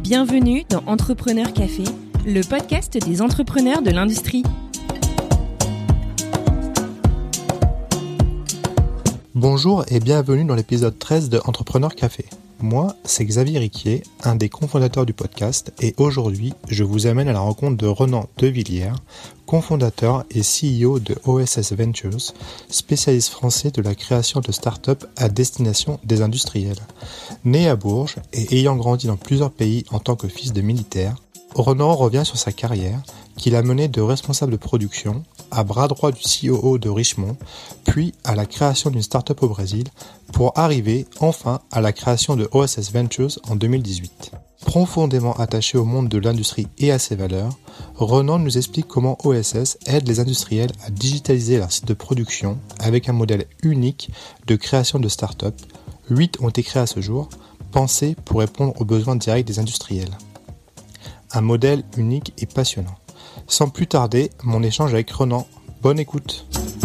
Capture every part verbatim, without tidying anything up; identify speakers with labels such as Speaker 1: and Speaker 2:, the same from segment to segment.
Speaker 1: Bienvenue dans Entrepreneur Café, le podcast des entrepreneurs de l'industrie.
Speaker 2: Bonjour et bienvenue dans l'épisode treize de Entrepreneur Café. Moi, c'est Xavier Riquier, un des cofondateurs du podcast, et aujourd'hui, je vous amène à la rencontre de Ronan Devilliers, cofondateur et C E O de O S S Ventures, spécialiste français de la création de start-up à destination des industriels. Né à Bourges et ayant grandi dans plusieurs pays en tant que fils de militaire, Ronan revient sur sa carrière, qu'il a menée de responsable de production, à bras droit du C O O de Richemont, puis à la création d'une start-up au Brésil, pour arriver enfin à la création de O S S Ventures en deux mille dix-huit. Profondément attaché au monde de l'industrie et à ses valeurs, Ronan nous explique comment O S S aide les industriels à digitaliser leur site de production avec un modèle unique de création de start-up. Huit ont été créés à ce jour, pensés pour répondre aux besoins directs des industriels. Un modèle unique et passionnant. Sans plus tarder, mon échange avec Ronan. Bonne écoute.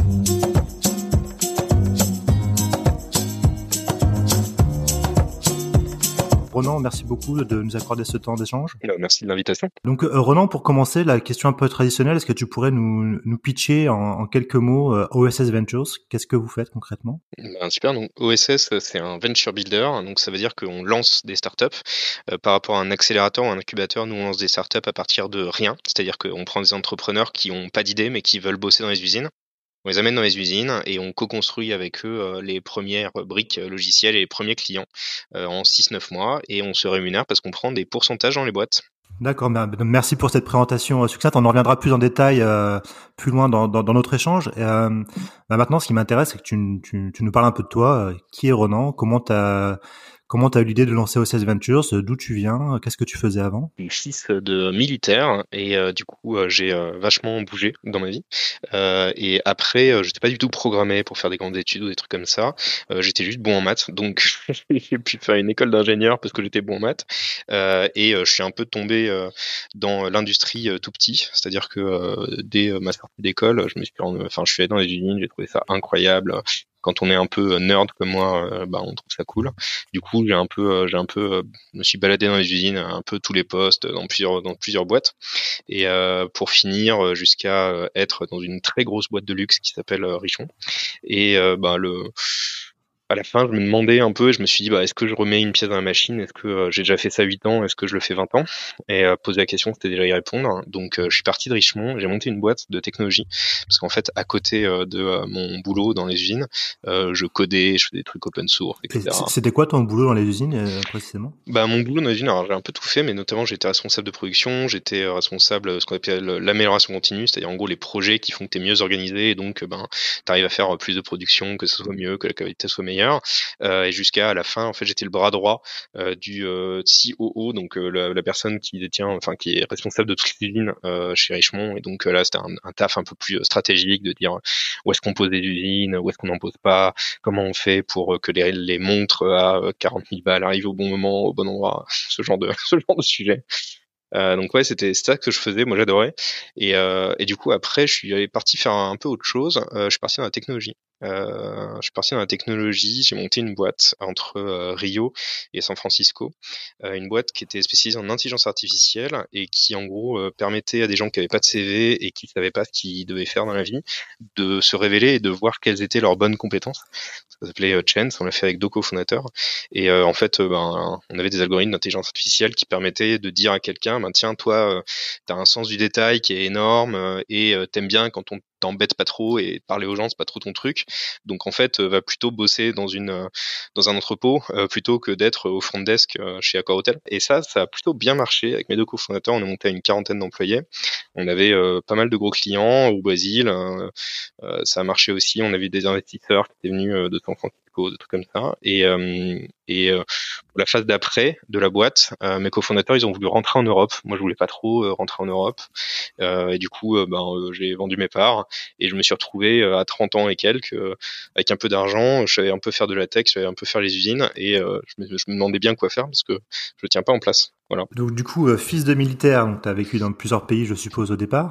Speaker 2: Ronan, merci beaucoup de nous accorder ce temps d'échange.
Speaker 3: Merci de l'invitation.
Speaker 2: Donc euh, Ronan, pour commencer, la question un peu traditionnelle, est-ce que tu pourrais nous, nous pitcher en, en quelques mots euh, O S S Ventures? Qu'est-ce que vous faites concrètement?
Speaker 3: Ben, super, donc O S S, c'est un venture builder, donc ça veut dire qu'on lance des startups. Euh, par rapport à un accélérateur ou un incubateur, nous on lance des startups à partir de rien, c'est-à-dire qu'on prend des entrepreneurs qui n'ont pas d'idée mais qui veulent bosser dans les usines. On les amène dans les usines et on co-construit avec eux euh, les premières briques logicielles et les premiers clients euh, en six neuf mois et on se rémunère parce qu'on prend des pourcentages dans les boîtes.
Speaker 2: D'accord, merci pour cette présentation succincte. On en reviendra plus en détail euh, plus loin dans, dans, dans notre échange. Euh, bah maintenant, ce qui m'intéresse, c'est que tu, tu, tu nous parles un peu de toi. Qui est Ronan? Comment t'as Comment tu as eu l'idée de lancer O S S Ventures? D'où tu viens? Qu'est-ce que tu faisais avant?
Speaker 3: Je suis fils de militaire et euh, du coup euh, j'ai euh, vachement bougé dans ma vie. Euh, et après, euh, j'étais pas du tout programmé pour faire des grandes études ou des trucs comme ça. Euh, j'étais juste bon en maths, donc j'ai pu faire une école d'ingénieur parce que j'étais bon en maths. Euh, et euh, je suis un peu tombé euh, dans l'industrie euh, tout petit, c'est-à-dire que euh, dès ma sortie d'école, je me suis, enfin, je suis allé dans les usines, j'ai trouvé ça incroyable. Quand on est un peu nerd comme moi, euh, bah on trouve ça cool. Du coup, j'ai un peu, euh, j'ai un peu, euh, me suis baladé dans les usines, un peu tous les postes, dans plusieurs, dans plusieurs boîtes, et euh, pour finir jusqu'à euh, être dans une très grosse boîte de luxe qui s'appelle euh, Richemont. Et euh, bah le à la fin, je me demandais un peu, je me suis dit, bah, est-ce que je remets une pièce dans la machine? Est-ce que euh, j'ai déjà fait ça huit ans? Est-ce que je le fais vingt ans? Et euh, poser la question, c'était déjà y répondre. Donc, euh, je suis parti de Richemont, j'ai monté une boîte de technologie. Parce qu'en fait, à côté euh, de euh, mon boulot dans les usines, euh, je codais, je faisais des trucs open source, et cetera.
Speaker 2: C'était quoi ton boulot dans les usines, euh, précisément?
Speaker 3: Bah, mon boulot dans les usines, alors j'ai un peu tout fait, mais notamment j'étais responsable de production, j'étais responsable de ce qu'on appelle l'amélioration continue, c'est-à-dire en gros les projets qui font que tu es mieux organisé, et donc ben, tu arrives à faire plus de production, que ce soit mieux, que la qualité soit meilleure. Euh, et jusqu'à la fin, en fait, j'étais le bras droit euh, du euh, C O O, donc euh, la, la personne qui détient, enfin qui est responsable de toutes les usines euh, chez Richemont. Et donc euh, là, c'était un, un taf un peu plus stratégique de dire où est-ce qu'on pose des usines, où est-ce qu'on n'en pose pas, comment on fait pour que les, les montres à quarante mille balles arrivent au bon moment, au bon endroit, ce genre de ce genre de sujet. Euh, donc ouais, c'était ça que je faisais, moi j'adorais. Et, euh, et du coup après, je suis parti faire un, un peu autre chose. Euh, je suis parti dans la technologie. Euh, je suis parti dans la technologie, j'ai monté une boîte entre euh, Rio et San Francisco, euh, une boîte qui était spécialisée en intelligence artificielle et qui en gros euh, permettait à des gens qui n'avaient pas de C V et qui ne savaient pas ce qu'ils devaient faire dans la vie de se révéler et de voir quelles étaient leurs bonnes compétences. Ça s'appelait euh, Chance, on l'a fait avec deux cofondateurs et euh, en fait euh, ben, on avait des algorithmes d'intelligence artificielle qui permettaient de dire à quelqu'un ben, tiens toi euh, t'as un sens du détail qui est énorme euh, et euh, t'aimes bien quand on t'embête pas trop et parler aux gens c'est pas trop ton truc, donc en fait euh, va plutôt bosser dans une euh, dans un entrepôt euh, plutôt que d'être au front desk euh, chez Accor Hotel. Et ça ça a plutôt bien marché avec mes deux cofondateurs. On est monté à une quarantaine d'employés, on avait euh, pas mal de gros clients au Brésil, euh, euh, ça a marché aussi. On avait des investisseurs qui étaient venus euh, de San Francisco, des trucs comme ça. Et euh, et euh, pour la phase d'après de la boîte, euh, mes cofondateurs ils ont voulu rentrer en Europe. Moi je voulais pas trop euh, rentrer en Europe euh, et du coup euh, ben euh, j'ai vendu mes parts et je me suis retrouvé euh, à trente ans et quelques euh, avec un peu d'argent. Je savais un peu faire de la tech, je savais un peu faire les usines et euh, je, me, je me demandais bien quoi faire parce que je tiens pas en place. Voilà.
Speaker 2: Donc du coup, euh, fils de militaire, donc tu as vécu dans plusieurs pays, je suppose, au départ?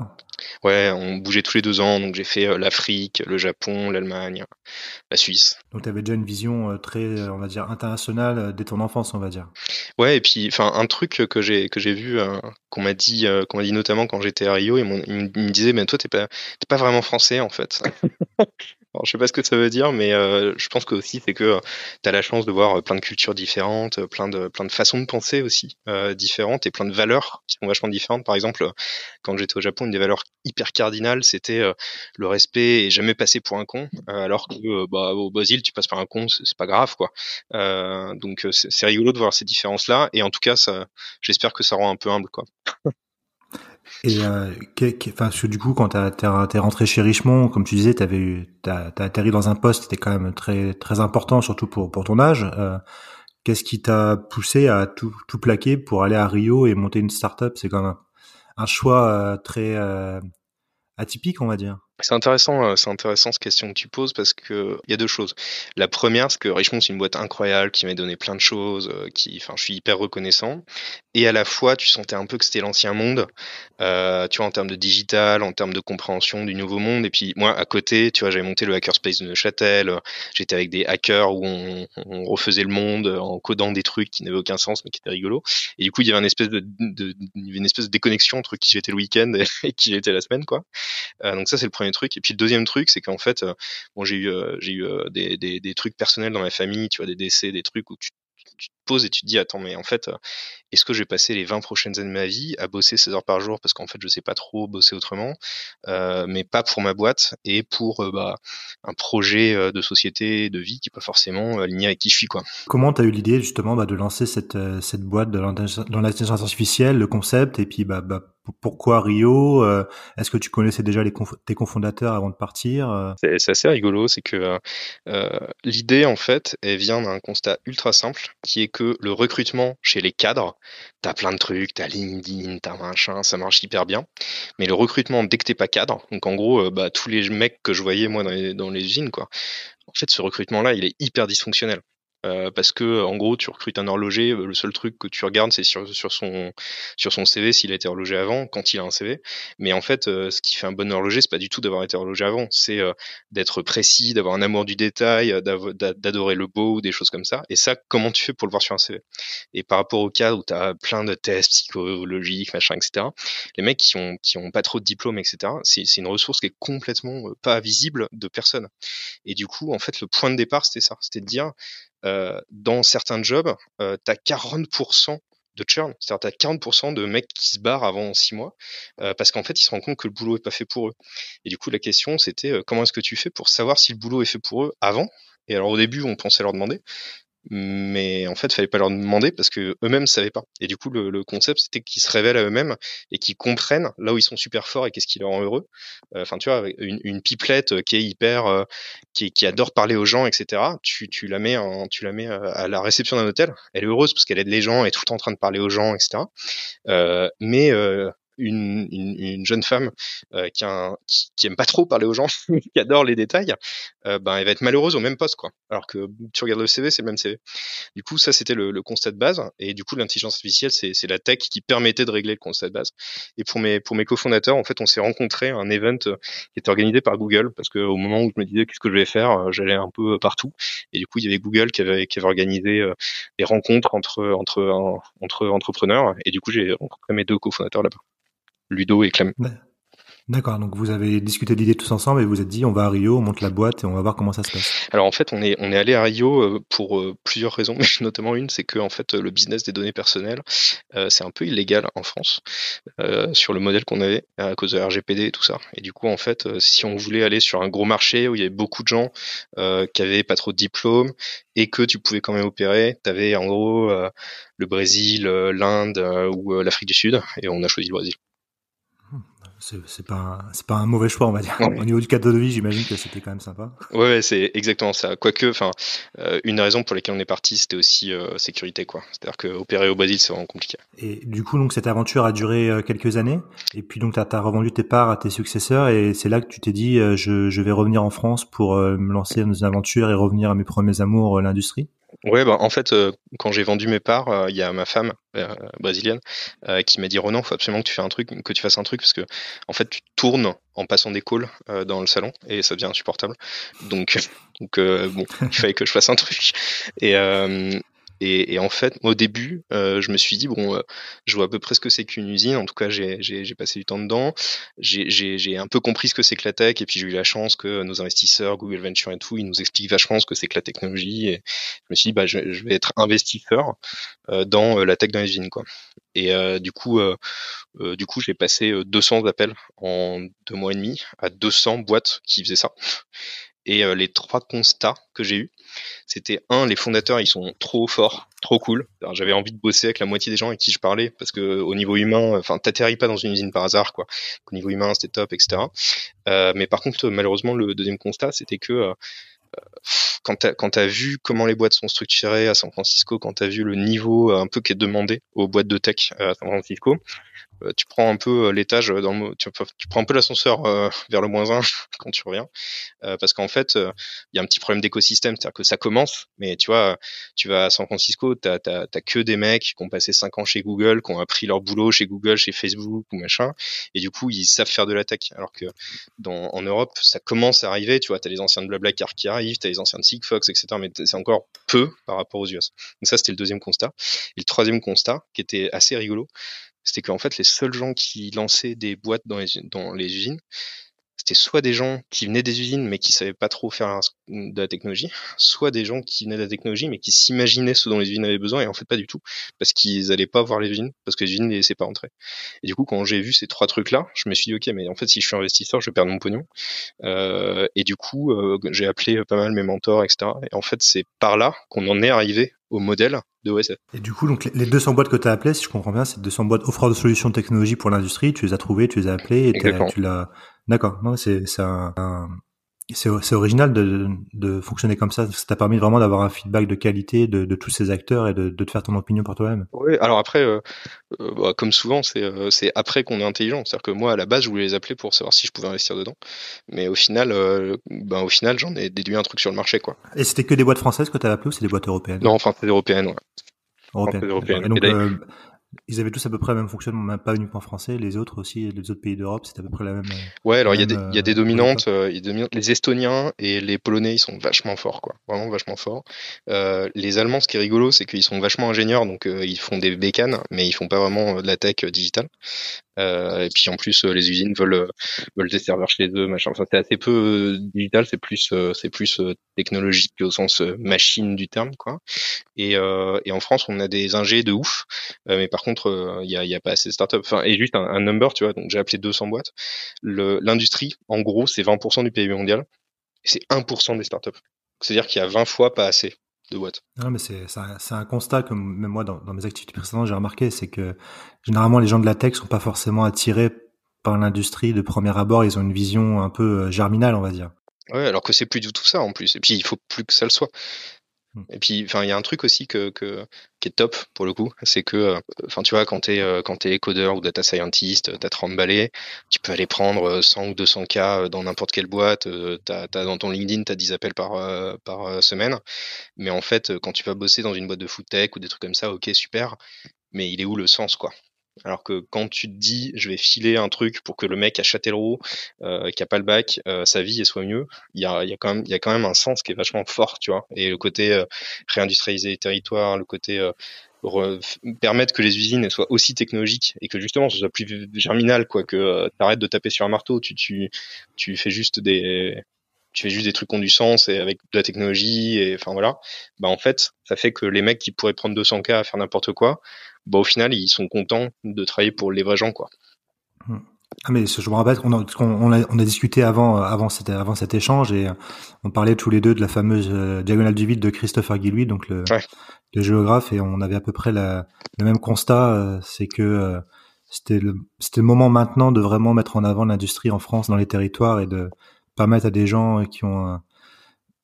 Speaker 3: Ouais, on bougeait tous les deux ans, donc j'ai fait euh, l'Afrique, le Japon, l'Allemagne, la Suisse.
Speaker 2: Donc tu avais déjà une vision euh, très, euh, on va dire, internationale euh, dès ton enfance, on va dire.
Speaker 3: Ouais, et puis, enfin, un truc que j'ai que j'ai vu, euh, qu'on m'a dit, euh, qu'on m'a dit notamment quand j'étais à Rio, ils, m'ont- ils me ils me disaient, mais toi, t'es pas, t'es pas vraiment français en fait. Alors, je sais pas ce que ça veut dire, mais euh, je pense que aussi c'est que tu as la chance de voir euh, plein de cultures différentes, euh, plein de plein de façons de penser aussi euh, différentes et plein de valeurs qui sont vachement différentes. Par exemple, euh, quand j'étais au Japon, une des valeurs hyper cardinales, c'était euh, le respect et jamais passer pour un con, euh, alors que euh, bah, au Brésil, tu passes par un con, c'est c'est pas grave quoi. Euh, donc euh, c'est c'est rigolo de voir ces différences-là, et en tout cas, ça, j'espère que ça rend un peu humble quoi.
Speaker 2: Et euh, que- que- enfin, parce que du coup, quand t'as- t'es t'es rentré chez Richemont, comme tu disais, t'avais eu, t'as, t'as atterri dans un poste qui était quand même très très important, surtout pour pour ton âge. Euh, qu'est-ce qui t'a poussé à tout tout plaquer pour aller à Rio et monter une start-up? C'est quand même un, un choix euh, très euh, atypique, on va dire.
Speaker 3: C'est intéressant, euh, c'est intéressant cette question que tu poses parce que il y a deux choses. La première, c'est que Richemont, c'est une boîte incroyable qui m'a donné plein de choses, euh, qui, enfin, je suis hyper reconnaissant. Et à la fois, tu sentais un peu que c'était l'ancien monde, euh, tu vois, en termes de digital, en termes de compréhension du nouveau monde. Et puis moi, à côté, tu vois, j'avais monté le Hackerspace de Neuchâtel. euh, J'étais avec des hackers où on, on refaisait le monde euh, en codant des trucs qui n'avaient aucun sens mais qui étaient rigolos. Et du coup, il y avait une espèce de, de, il y avait une espèce de déconnexion entre qui j'étais le week-end et, et qui j'étais la semaine, quoi. Euh, donc ça c'est le premier truc. Et puis le deuxième truc, c'est qu'en fait, euh, bon j'ai eu euh, j'ai eu euh, des, des des trucs personnels dans ma famille, tu vois, des décès, des trucs où tu tu te poses et tu te dis attends mais en fait euh, est-ce que je vais passer les vingt prochaines années de ma vie à bosser seize heures par jour parce qu'en fait je sais pas trop bosser autrement, euh, mais pas pour ma boîte et pour euh, bah, un projet euh, de société, de vie qui est pas forcément euh, aligné avec qui je suis quoi.
Speaker 2: Comment t'as eu l'idée justement bah, de lancer cette euh, cette boîte de l'intelligence dans l'intelligence artificielle, le concept, et puis bah, bah p- pourquoi Rio? euh, Est-ce que tu connaissais déjà les conf- tes cofondateurs avant de partir? euh
Speaker 3: C'est c'est assez rigolo, c'est que euh, euh, l'idée en fait, elle vient d'un constat ultra simple, qui est que le recrutement chez les cadres, t'as plein de trucs, t'as LinkedIn, t'as machin, ça marche hyper bien, mais le recrutement dès que t'es pas cadre, donc en gros, euh, bah tous les mecs que je voyais moi dans les, dans les usines quoi, en fait ce recrutement-là, il est hyper dysfonctionnel. Euh, parce que en gros tu recrutes un horloger, euh, le seul truc que tu regardes c'est sur, sur son sur son C V s'il a été horloger avant, quand il a un C V. Mais en fait euh, ce qui fait un bon horloger, c'est pas du tout d'avoir été horloger avant, c'est euh, d'être précis, d'avoir un amour du détail, euh, d'avo- d'a- d'adorer le beau ou des choses comme ça. Et ça, comment tu fais pour le voir sur un C V? Et par rapport au cadre où tu as plein de tests psychologiques, machin, et cetera, les mecs qui ont qui ont pas trop de diplômes, et cetera, c'est c'est une ressource qui est complètement euh, pas visible de personne. Et du coup, en fait, le point de départ, c'était ça. C'était de dire, euh, dans certains jobs, euh, tu as quarante pour cent de churn. C'est-à-dire tu as quarante pour cent de mecs qui se barrent avant six mois euh, parce qu'en fait, ils se rendent compte que le boulot est pas fait pour eux. Et du coup, la question, c'était euh, comment est-ce que tu fais pour savoir si le boulot est fait pour eux avant? Et alors au début, on pensait leur demander, mais en fait, il fallait pas leur demander parce que eux-mêmes savaient pas. Et du coup, le, le concept, c'était qu'ils se révèlent à eux-mêmes et qu'ils comprennent là où ils sont super forts et qu'est-ce qui les rend heureux. Euh, Enfin, tu vois, avec une, une pipelette qui est hyper, euh, qui, qui adore parler aux gens, et cetera. Tu, tu la mets, en, tu la mets euh, à la réception d'un hôtel. Elle est heureuse parce qu'elle aide les gens, elle est tout le temps en train de parler aux gens, et cetera. Euh, mais euh, une, une, une jeune femme euh, qui, a un, qui, qui aime pas trop parler aux gens, qui adore les détails, euh, ben elle va être malheureuse au même poste quoi. Alors que tu regardes le C V, c'est le même C V. Du coup, ça c'était le, le constat de base. Et du coup, l'intelligence artificielle, c'est, c'est la tech qui permettait de régler le constat de base. Et pour mes pour mes cofondateurs, en fait, on s'est rencontrés à un event euh, qui était organisé par Google parce que au moment où je me disais qu'est-ce que je vais faire, euh, j'allais un peu partout. Et du coup, il y avait Google qui avait qui avait organisé euh, des rencontres entre entre euh, entre entrepreneurs. Et du coup, j'ai rencontré mes deux cofondateurs là-bas. Ludo et Clem.
Speaker 2: D'accord, donc vous avez discuté d'idées tous ensemble et vous vous êtes dit on va à Rio, on monte la boîte et on va voir comment ça se passe.
Speaker 3: Alors en fait, on est on est allé à Rio euh, pour euh, plusieurs raisons, mais notamment une, c'est que en fait le business des données personnelles, euh, c'est un peu illégal en France euh, sur le modèle qu'on avait à cause de R G P D et tout ça. Et du coup, en fait, euh, si on voulait aller sur un gros marché où il y avait beaucoup de gens euh, qui avaient pas trop de diplômes et que tu pouvais quand même opérer, t'avais en gros euh, le Brésil, euh, l'Inde euh, ou euh, l'Afrique du Sud, et on a choisi le Brésil.
Speaker 2: C'est, c'est pas un, c'est pas un mauvais choix, on va dire.
Speaker 3: Ouais.
Speaker 2: Au niveau du cadre de vie, j'imagine que c'était quand même sympa.
Speaker 3: Ouais, ouais, c'est exactement ça. Quoique, enfin, euh, une raison pour laquelle on est parti, c'était aussi euh, sécurité, quoi. C'est-à-dire que opérer au Brésil, c'est vraiment compliqué.
Speaker 2: Et du coup, donc cette aventure a duré euh, quelques années. Et puis donc t'as, t'as revendu tes parts à tes successeurs et c'est là que tu t'es dit euh, je, je vais revenir en France pour euh, me lancer dans une aventure et revenir à mes premiers amours, euh, l'industrie.
Speaker 3: Ouais, bah, en fait, euh, quand j'ai vendu mes parts, euh, il y a ma femme euh, brésilienne euh, qui m'a dit Ronan, faut absolument que tu fasses un truc, que tu fasses un truc parce que en fait, tu tournes en passant des calls euh, dans le salon et ça devient insupportable. Donc, donc euh, bon, il fallait que je fasse un truc. Et euh, et, et en fait, au début, euh, je me suis dit bon, euh, je vois à peu près ce que c'est qu'une usine. En tout cas, j'ai j'ai j'ai passé du temps dedans. J'ai j'ai j'ai un peu compris ce que c'est que la tech et puis j'ai eu la chance que nos investisseurs, Google Venture et tout, ils nous expliquent vachement ce que c'est que la technologie. Et je me suis dit bah je, je vais être investisseur euh, dans euh, la tech dans les usines quoi. Et euh, du coup euh, euh, du coup j'ai passé euh, deux cents appels en deux mois et demi à deux cents boîtes qui faisaient ça. Et euh, les trois constats que j'ai eus, c'était un, les fondateurs ils sont trop forts, trop cool. Alors, j'avais envie de bosser avec la moitié des gens avec qui je parlais parce que au niveau humain, enfin t'atterris pas dans une usine par hasard quoi. Au niveau humain c'était top, et cetera. Euh, mais par contre malheureusement le deuxième constat c'était que euh, quand t'as quand t'as vu comment les boîtes sont structurées à San Francisco, quand t'as vu le niveau un peu qui est demandé aux boîtes de tech à San Francisco, euh, tu prends un peu l'étage dans le, tu, tu prends un peu l'ascenseur euh, vers le moins un quand tu reviens. Euh, parce qu'en fait, il euh, y a un petit problème d'écosystème, c'est-à-dire que ça commence, mais tu vois, tu vas à San Francisco, t'as, t'as, t'as que des mecs qui ont passé cinq ans chez Google, qui ont appris leur boulot chez Google, chez Facebook ou machin, et du coup, ils savent faire de la tech. Alors que dans, en Europe, ça commence à arriver, tu vois, t'as les anciens de Blablacar qui arrivent, t'as les anciens de Sigfox, et cetera, mais c'est encore peu par rapport aux U S. Donc ça, c'était le deuxième constat. Et le troisième constat, qui était assez rigolo, c'était qu'en fait, les seuls gens qui lançaient des boîtes dans les, dans les usines, c'était soit des gens qui venaient des usines mais qui savaient pas trop faire de la technologie, soit des gens qui venaient de la technologie mais qui s'imaginaient ce dont les usines avaient besoin et en fait pas du tout, parce qu'ils allaient pas voir les usines, parce que les usines les laissaient pas entrer. Et du coup, quand j'ai vu ces trois trucs-là, je me suis dit ok, mais en fait si je suis investisseur, je vais perdre mon pognon. Euh, et du coup, euh, j'ai appelé pas mal mes mentors, et cetera. Et en fait, c'est par là qu'on en est arrivé au modèle de O S F.
Speaker 2: Et du coup, donc les deux cents boîtes que tu as appelées, si je comprends bien, c'est deux cents boîtes offrant de solutions de technologie pour l'industrie. Tu les as trouvées, tu les as appelées et tu l'as. D'accord. Non, c'est c'est un, un... c'est c'est original de de fonctionner comme ça. Ça t'a permis vraiment d'avoir un feedback de qualité de de tous ces acteurs et de de te faire ton opinion par toi-même.
Speaker 3: Oui. Alors après, euh, euh, bah, comme souvent, c'est euh, c'est après qu'on est intelligent. C'est-à-dire que moi, à la base, je voulais les appeler pour savoir si je pouvais investir dedans. Mais au final, euh, ben au final, j'en ai déduit un truc sur le marché, quoi.
Speaker 2: Et c'était que des boîtes françaises que tu avais appelées ou c'est des boîtes européennes?
Speaker 3: Non, françaises européennes, ouais.
Speaker 2: Européennes. Européenne. Et donc, euh, ils avaient tous à peu près le même fonctionnement, même pas uniquement français, les autres aussi, les autres pays d'Europe, c'est à peu près la même.
Speaker 3: Ouais, alors il y a des, il y a des dominantes, euh, y a des dominantes. Les Estoniens et les Polonais, ils sont vachement forts, quoi. Vraiment vachement forts. Euh, les Allemands, ce qui est rigolo, c'est qu'ils sont vachement ingénieurs, donc euh, ils font des bécanes, mais ils font pas vraiment de la tech euh, digitale. Euh, et puis en plus, euh, les usines veulent euh, veulent des serveurs chez eux, machin. Enfin, c'est assez peu euh, digital, c'est plus euh, c'est plus euh, technologique au sens euh, machine du terme, quoi. Et, euh, et en France, on a des ingés de ouf, euh, mais par contre, il euh, y a, y a pas assez de startups. Enfin, et juste un, un number, tu vois. Donc j'ai appelé deux cents boîtes. Le, l'industrie, en gros, c'est vingt pour cent du P I B mondial, et c'est un pour cent des startups. C'est-à-dire qu'il y a vingt fois pas assez de boîtes.
Speaker 2: Non, mais c'est, c'est, un, c'est un constat que même moi, dans, dans mes activités précédentes, j'ai remarqué, c'est que généralement, les gens de la tech sont pas forcément attirés par l'industrie de premier abord. Ils ont une vision un peu germinale, on va dire.
Speaker 3: Ouais, alors que c'est plus du tout ça en plus. Et puis il faut plus que ça le soit. Et puis, enfin, il y a un truc aussi que, que qui est top pour le coup, c'est que, enfin, tu vois, quand t'es quand t'es codeur ou data scientist, t'as trente balais, tu peux aller prendre cent ou deux cents K dans n'importe quelle boîte. T'as, t'as dans ton LinkedIn, t'as dix appels par par semaine. Mais en fait, quand tu vas bosser dans une boîte de food tech ou des trucs comme ça, ok, super. Mais il est où le sens, quoi? Alors que quand tu te dis, je vais filer un truc pour que le mec à Châtellerault, euh, qui a pas le bac, euh, sa vie elle soit mieux, il y a, y a quand même, il y a quand même un sens qui est vachement fort, tu vois. Et le côté euh, réindustrialiser les territoires, le côté euh, re, permettre que les usines soient aussi technologiques et que justement ce soit plus germinal, quoi, que euh, t'arrêtes de taper sur un marteau, tu, tu, tu fais juste des, tu fais juste des trucs qui ont du sens et avec de la technologie et enfin voilà. Bah en fait, ça fait que les mecs qui pourraient prendre deux cents K à faire n'importe quoi, bah au final ils sont contents de travailler pour les vrais gens, quoi.
Speaker 2: Ah mais je me rappelle qu'on a, on a, on a discuté avant avant cet avant cet échange et on parlait tous les deux de la fameuse euh, diagonale du vide de Christopher Guillouis, donc le, ouais. le géographe, et on avait à peu près la, le même constat, euh, c'est que euh, c'était le c'était le moment maintenant de vraiment mettre en avant l'industrie en France dans les territoires et de permettre à des gens qui ont un,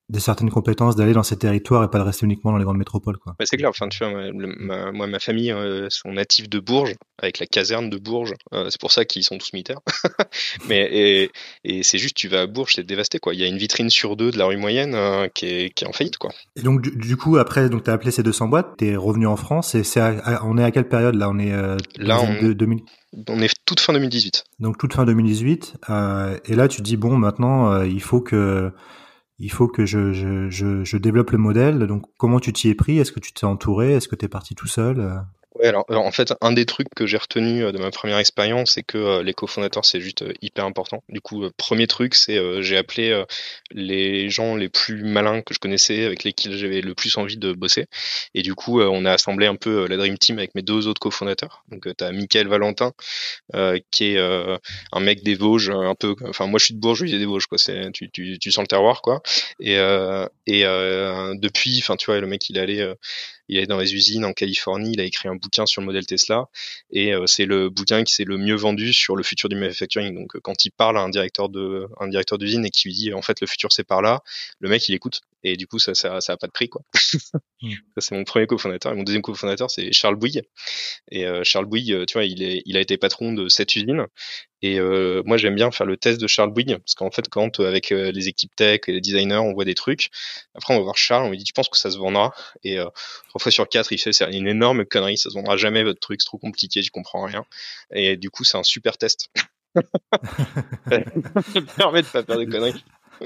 Speaker 2: des certaines compétences d'aller dans ces territoires et pas de rester uniquement dans les grandes métropoles, quoi.
Speaker 3: Bah, c'est clair. Enfin, tu vois, moi, le, ma, moi, ma famille euh, sont natifs de Bourges, avec la caserne de Bourges. Euh, c'est pour ça qu'ils sont tous militaires. Mais et, et c'est juste, tu vas à Bourges, c'est dévasté, quoi. Il y a une vitrine sur deux de la rue moyenne euh, qui est qui est en faillite, quoi.
Speaker 2: Et donc du, du coup après, donc t'as appelé ces deux cents boîtes, t'es revenu en France et c'est à, à, on est à quelle période là? On est euh,
Speaker 3: Là, on,
Speaker 2: de, deux mille
Speaker 3: on est toute fin deux mille dix-huit.
Speaker 2: Donc toute fin deux mille dix-huit. Euh, et là, tu te dis bon, maintenant, euh, il faut que il faut que je, je, je, je développe le modèle. Donc, comment tu t'y es pris? Est-ce que tu t'es entouré? Est-ce que t'es parti tout seul?
Speaker 3: Ouais, alors, alors en fait, un des trucs que j'ai retenu euh, de ma première expérience, c'est que euh, les cofondateurs, c'est juste euh, hyper important. Du coup, euh, premier truc, c'est euh, j'ai appelé euh, les gens les plus malins que je connaissais, avec lesquels j'avais le plus envie de bosser. Et du coup, euh, on a assemblé un peu euh, la Dream Team avec mes deux autres cofondateurs. Donc, euh, t'as Mickaël Valentin, euh, qui est euh, un mec des Vosges, un peu. Enfin, moi, je suis de Bourges, lui, il est des Vosges, quoi. C'est, tu, tu, tu sens le terroir, quoi. Et, euh, et euh, depuis, enfin, tu vois, le mec, il allait euh, il est dans les usines en Californie, il a écrit un bouquin sur le modèle Tesla et euh, c'est le bouquin qui s'est le mieux vendu sur le futur du manufacturing. Donc euh, quand il parle à un directeur de un directeur d'usine et qui lui dit en fait le futur c'est par là, le mec il écoute et du coup ça ça ça a pas de prix, quoi. mmh. Ça c'est mon premier cofondateur et mon deuxième cofondateur c'est Charles Bouygues. Et euh, Charles Bouygues, tu vois, il est il a été patron de cette usine. Et euh, moi, j'aime bien faire le test de Charles Bouygues, parce qu'en fait, quand euh, avec euh, les équipes tech et les designers, on voit des trucs, après on va voir Charles, on lui dit, tu penses que ça se vendra? Et euh, trois fois sur quatre, il fait, c'est une énorme connerie, ça se vendra jamais votre truc, c'est trop compliqué, j'y comprends rien. Et du coup, c'est un super test. Ça permet de pas faire de conneries.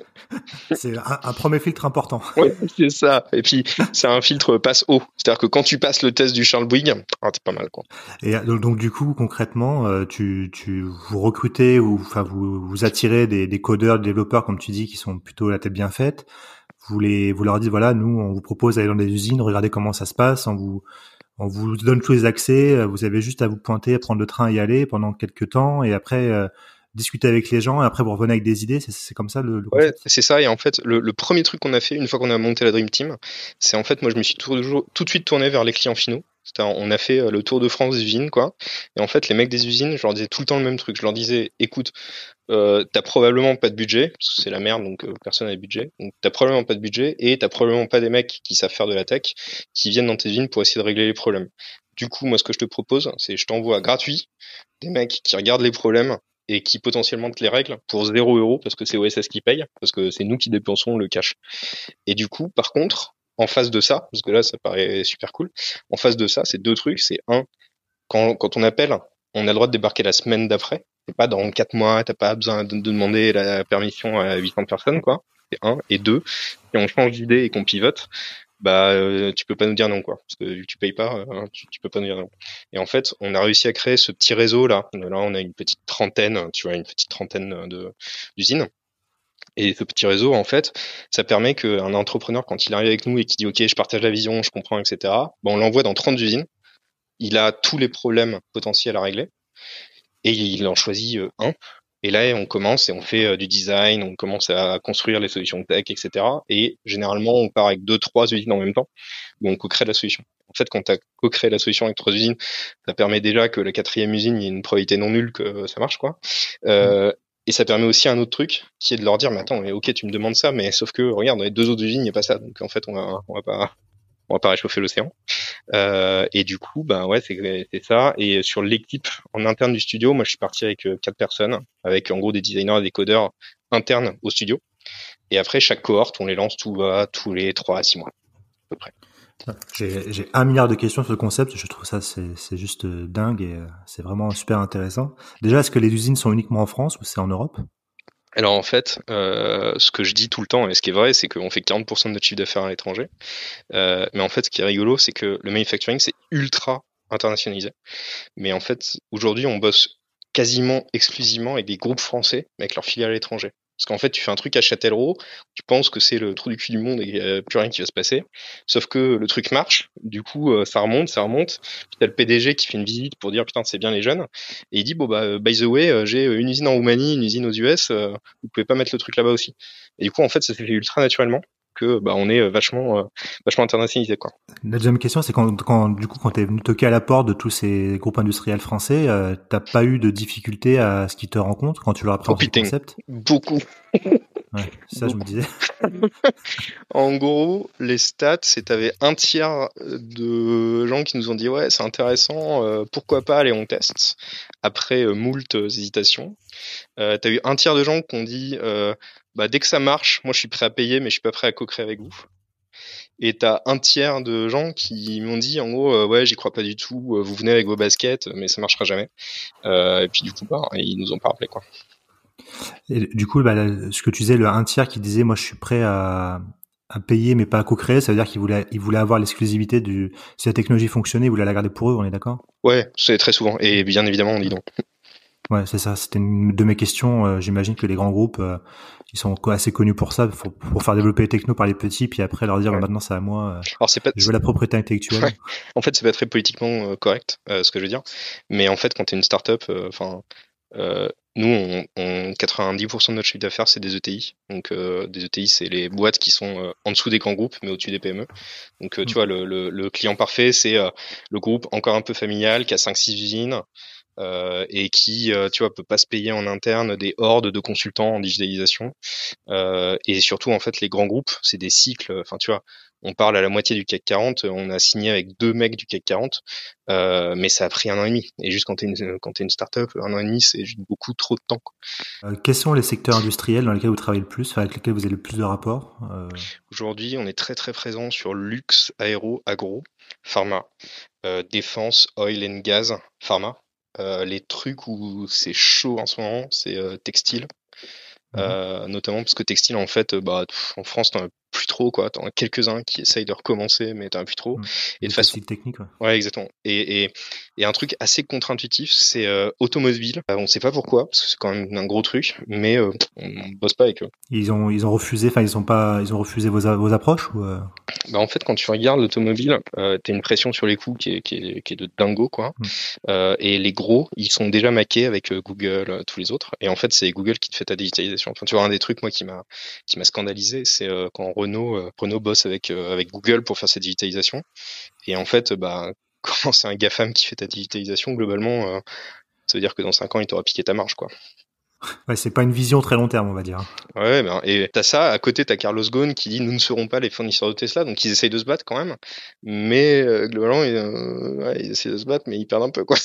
Speaker 2: C'est un, un premier filtre important.
Speaker 3: Oui, c'est ça. Et puis, c'est un filtre passe haut. C'est-à-dire que quand tu passes le test du Charles Bouygues, ah, t'es pas mal, quoi.
Speaker 2: Et donc, donc du coup, concrètement, euh, tu, tu vous recrutez ou enfin vous vous attirez des, des codeurs, des développeurs, comme tu dis, qui sont plutôt la tête bien faite. Vous les, vous leur dites voilà, nous, on vous propose d'aller dans des usines, regardez comment ça se passe, on vous on vous donne tous les accès, vous avez juste à vous pointer, à prendre le train et y aller pendant quelques temps, et après euh, discuter avec les gens, et après vous revenez avec des idées. C'est, c'est comme ça le, le concept.
Speaker 3: Ouais, c'est ça. Et en fait, le, le premier truc qu'on a fait une fois qu'on a monté la Dream Team, c'est en fait, moi, je me suis tout, tout de suite tourné vers les clients finaux. C'est-à-dire, on a fait le tour de France des usines, quoi. Et en fait, les mecs des usines, je leur disais tout le temps le même truc. Je leur disais, écoute, euh, t'as probablement pas de budget, parce que c'est la merde, donc euh, personne n'a de budget. Donc t'as probablement pas de budget, et t'as probablement pas des mecs qui savent faire de la tech, qui viennent dans tes usines pour essayer de régler les problèmes. Du coup, moi, ce que je te propose, c'est je t'envoie gratuit des mecs qui regardent les problèmes et qui potentiellement te les règlent pour zéro euro, parce que c'est O S S qui paye, parce que c'est nous qui dépensons le cash. Et du coup, par contre, en face de ça, parce que là, ça paraît super cool, en face de ça, c'est deux trucs. C'est un, quand, quand on appelle, on a le droit de débarquer la semaine d'après. C'est pas dans quatre mois, t'as pas besoin de, de demander la permission à huit cents personnes, quoi. C'est un. Et deux, si on change d'idée et qu'on pivote, bah euh, tu peux pas nous dire non, quoi, parce que vu que tu payes pas, euh, tu, tu peux pas nous dire non. Et en fait, on a réussi à créer ce petit réseau là. Là, on a une petite trentaine, tu vois, une petite trentaine de d'usines. Et ce petit réseau, en fait, ça permet qu'un entrepreneur, quand il arrive avec nous et qu'il dit ok, je partage la vision, je comprends, et cetera. Bon, on l'envoie dans trente usines. Il a tous les problèmes potentiels à régler et il en choisit un. Et là, on commence et on fait euh, du design, on commence à construire les solutions tech, et cetera. Et généralement, on part avec deux, trois usines en même temps, où on co-crée la solution. En fait, quand tu as co-créé la solution avec trois usines, ça permet déjà que la quatrième usine, il y ait une probabilité non nulle que ça marche, quoi. Euh, mmh. Et ça permet aussi un autre truc, qui est de leur dire, mais attends, mais ok, tu me demandes ça, mais sauf que, regarde, dans les deux autres usines, il n'y a pas ça. Donc, en fait, on va, on va pas... on va pas réchauffer l'océan. Euh, et du coup, ben ouais, c'est, c'est ça. Et sur l'équipe en interne du studio, moi, je suis parti avec euh, quatre personnes, avec en gros des designers et des codeurs internes au studio. Et après, chaque cohorte, on les lance tout bas, tous les trois à six mois, à peu près.
Speaker 2: J'ai, j'ai un milliard de questions sur le concept. Je trouve ça, c'est, c'est juste dingue et euh, c'est vraiment super intéressant. Déjà, est-ce que les usines sont uniquement en France ou c'est en Europe ?
Speaker 3: Alors en fait, euh, ce que je dis tout le temps, et ce qui est vrai, c'est qu'on fait quarante pour cent de notre chiffre d'affaires à l'étranger. Euh, mais en fait, ce qui est rigolo, c'est que le manufacturing, c'est ultra internationalisé. Mais en fait, aujourd'hui, on bosse quasiment exclusivement avec des groupes français, mais avec leur filiale à l'étranger. Parce qu'en fait, tu fais un truc à Châtellerault, tu penses que c'est le trou du cul du monde et qu'il n'y a plus rien qui va se passer. Sauf que le truc marche, du coup, ça remonte, ça remonte. Puis t'as le P D G qui fait une visite pour dire putain, c'est bien les jeunes. Et il dit, bon, bah, by the way, j'ai une usine en Roumanie, une usine aux U S, vous pouvez pas mettre le truc là-bas aussi. Et du coup, en fait, ça s'est fait ultra naturellement que bah on est vachement euh, vachement internationalisé, quoi.
Speaker 2: La deuxième question, c'est quand, quand du coup quand t'es venu toquer à la porte de tous ces groupes industriels français, euh, t'as pas eu de difficulté à ce qu'ils te rencontrent quand tu leur as présenté le concept ?
Speaker 3: Beaucoup.
Speaker 2: Ouais, ça, je me disais.
Speaker 3: En gros, les stats, c'est t'avais un tiers de gens qui nous ont dit ouais, c'est intéressant, euh, pourquoi pas, allez, on teste. Après euh, moult hésitations, euh, t'as eu un tiers de gens qui ont dit euh, bah dès que ça marche, moi je suis prêt à payer, mais je suis pas prêt à co-créer avec vous. Et t'as un tiers de gens qui m'ont dit en gros euh, ouais, j'y crois pas du tout, euh, vous venez avec vos baskets, mais ça marchera jamais. Euh, et puis du coup, bah ils nous ont pas rappelé quoi.
Speaker 2: Et du coup, bah, ce que tu disais, le un tiers qui disait moi je suis prêt à, à payer mais pas à co-créer, ça veut dire qu'il voulait, il voulait avoir l'exclusivité du, si la technologie fonctionnait, il voulait la garder pour eux, on est d'accord?
Speaker 3: Ouais, c'est très souvent. Et bien évidemment, on dit non.
Speaker 2: Ouais, c'est ça. C'était une de mes questions. Euh, j'imagine que les grands groupes, euh, ils sont assez connus pour ça, pour, pour faire développer les technos par les petits, puis après leur dire
Speaker 3: Ouais.
Speaker 2: bah, maintenant c'est à moi. Euh,
Speaker 3: Alors c'est pas.
Speaker 2: je veux la propriété intellectuelle.
Speaker 3: Ouais. En fait, c'est pas très politiquement euh, correct, euh, ce que je veux dire. Mais en fait, quand t'es une startup, enfin, euh, euh, nous, on, on quatre-vingt-dix pour cent de notre chiffre d'affaires, c'est des E T I. Donc, euh, des E T I, c'est les boîtes qui sont euh, en dessous des grands groupes, mais au-dessus des P M E. Donc, euh, tu
Speaker 2: Mm.
Speaker 3: vois, le, le, le client parfait, c'est euh, le groupe encore un peu familial qui a cinq six usines. Euh, et qui, euh, tu vois, peut pas se payer en interne des hordes de consultants en digitalisation. Euh, et surtout, en fait, les grands groupes, c'est des cycles. Enfin, tu vois, on parle à la moitié du C A C quarante, on a signé avec deux mecs du C A C quarante, euh, mais ça a pris un an et demi. Et juste quand t'es une, quand t'es une startup, un an et demi, c'est juste beaucoup trop de temps, quoi.
Speaker 2: Euh, quels sont les secteurs industriels dans lesquels vous travaillez le plus, enfin, avec lesquels vous avez le plus de rapports? euh...
Speaker 3: Aujourd'hui, on est très très présent sur luxe, aéro, agro, pharma, euh, défense, oil and gas, pharma. Euh, les trucs où c'est chaud en ce moment, c'est euh, textile. Euh, notamment parce que textile, en fait, bah, pff, en France, t'en as plus trop, quoi. T'en as quelques-uns qui essayent de recommencer, mais t'en as plus trop.
Speaker 2: Mmh.
Speaker 3: Et de
Speaker 2: Le
Speaker 3: façon,
Speaker 2: textile technique, ouais.
Speaker 3: ouais, exactement. Et, et, et un truc assez contre-intuitif, c'est euh, automobile. Euh, on sait pas pourquoi, parce que c'est quand même un gros truc, mais euh, on, on bosse pas avec eux.
Speaker 2: Ils ont, ils ont refusé, enfin, ils ont pas, ils ont refusé vos, a- vos approches ou euh...
Speaker 3: Bah, en fait, quand tu regardes l'automobile, euh, t'as une pression sur les coûts qui est, qui est, qui est de dingo, quoi.
Speaker 2: Mmh.
Speaker 3: Euh, et les gros, ils sont déjà maqués avec euh, Google, euh, tous les autres. Et en fait, c'est Google qui te fait ta digitalisation. Enfin, tu vois, un des trucs, moi, qui m'a, qui m'a scandalisé, c'est euh, quand Renault, euh, Renault bosse avec, euh, avec Google pour faire sa digitalisation. Et en fait, bah, quand c'est un GAFAM qui fait ta digitalisation, globalement, euh, ça veut dire que dans cinq ans, il t'aura piqué ta marge, quoi.
Speaker 2: Ouais, c'est pas une vision très long terme, on va dire.
Speaker 3: Ouais, ben, et t'as ça, à côté, t'as Carlos Ghosn qui dit nous ne serons pas les fournisseurs de Tesla, donc ils essayent de se battre quand même. Mais euh, globalement, ils, euh, ouais, ils essayent de se battre, mais ils perdent un peu, quoi.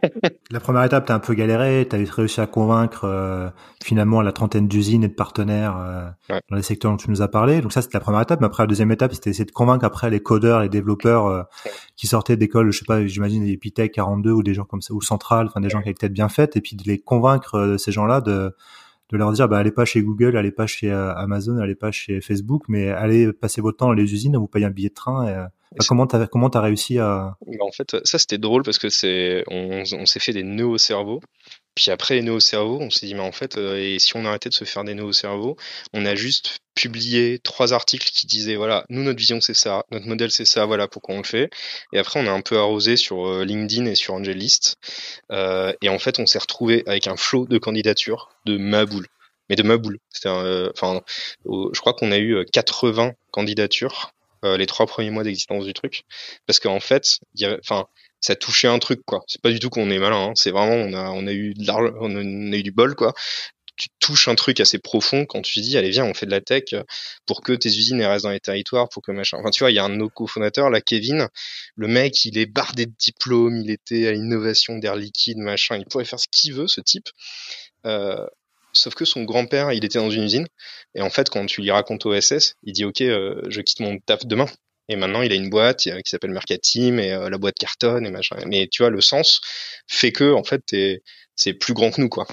Speaker 2: La première étape, t'as un peu galéré, t'as réussi à convaincre euh, finalement la trentaine d'usines et de partenaires euh,
Speaker 3: Ouais.
Speaker 2: dans les secteurs dont tu nous as parlé. Donc ça, c'était la première étape. Mais après, la deuxième étape, c'était essayer de convaincre après les codeurs, les développeurs euh, qui sortaient d'écoles, je sais pas, j'imagine des Epitech quarante-deux ou des gens comme ça, ou Central, enfin des gens qui avaient peut-être bien fait, et puis de les convaincre euh, ces gens-là de de leur dire bah allez pas chez Google, allez pas chez euh, Amazon, allez pas chez Facebook, mais allez passer votre temps dans les usines, vous payez un billet de train. Et, euh, bah, comment t'as comment t'as réussi à...
Speaker 3: Bah, en fait, ça c'était drôle parce que c'est, on, on s'est fait des nœuds au cerveau. Puis après les nœuds au cerveau, on s'est dit mais en fait, euh, et si on arrêtait de se faire des nœuds au cerveau, on a juste publié trois articles qui disaient voilà, nous notre vision c'est ça, notre modèle c'est ça, voilà pourquoi on le fait. Et après on a un peu arrosé sur euh, LinkedIn et sur AngelList. Euh, et en fait on s'est retrouvé avec un flot de candidatures de ma boule. Mais de ma boule. C'était, euh, enfin, euh, je crois qu'on a eu euh, quatre-vingts candidatures euh, les trois premiers mois d'existence du truc, parce qu'en fait, il y avait, enfin, ça touchait un truc, quoi. C'est pas du tout qu'on est malin, hein. C'est vraiment on a on a eu de l'argent, on a, on a eu du bol, quoi. Tu touches un truc assez profond quand tu dis allez viens on fait de la tech pour que tes usines elles restent dans les territoires, pour que machin. Enfin tu vois, il y a un de nos cofondateurs là, Kevin, le mec il est bardé de diplômes, il était à l'innovation d'air liquide machin, il pourrait faire ce qu'il veut ce type. Euh, Sauf que son grand-père, il était dans une usine. Et en fait, quand tu lui racontes O S S, il dit ok, euh, je quitte mon taf demain. Et maintenant, il a une boîte euh, qui s'appelle Mercatim et euh, la boîte cartonne et machin. Mais tu vois, le sens fait que en fait, t'es, c'est plus grand que nous, quoi.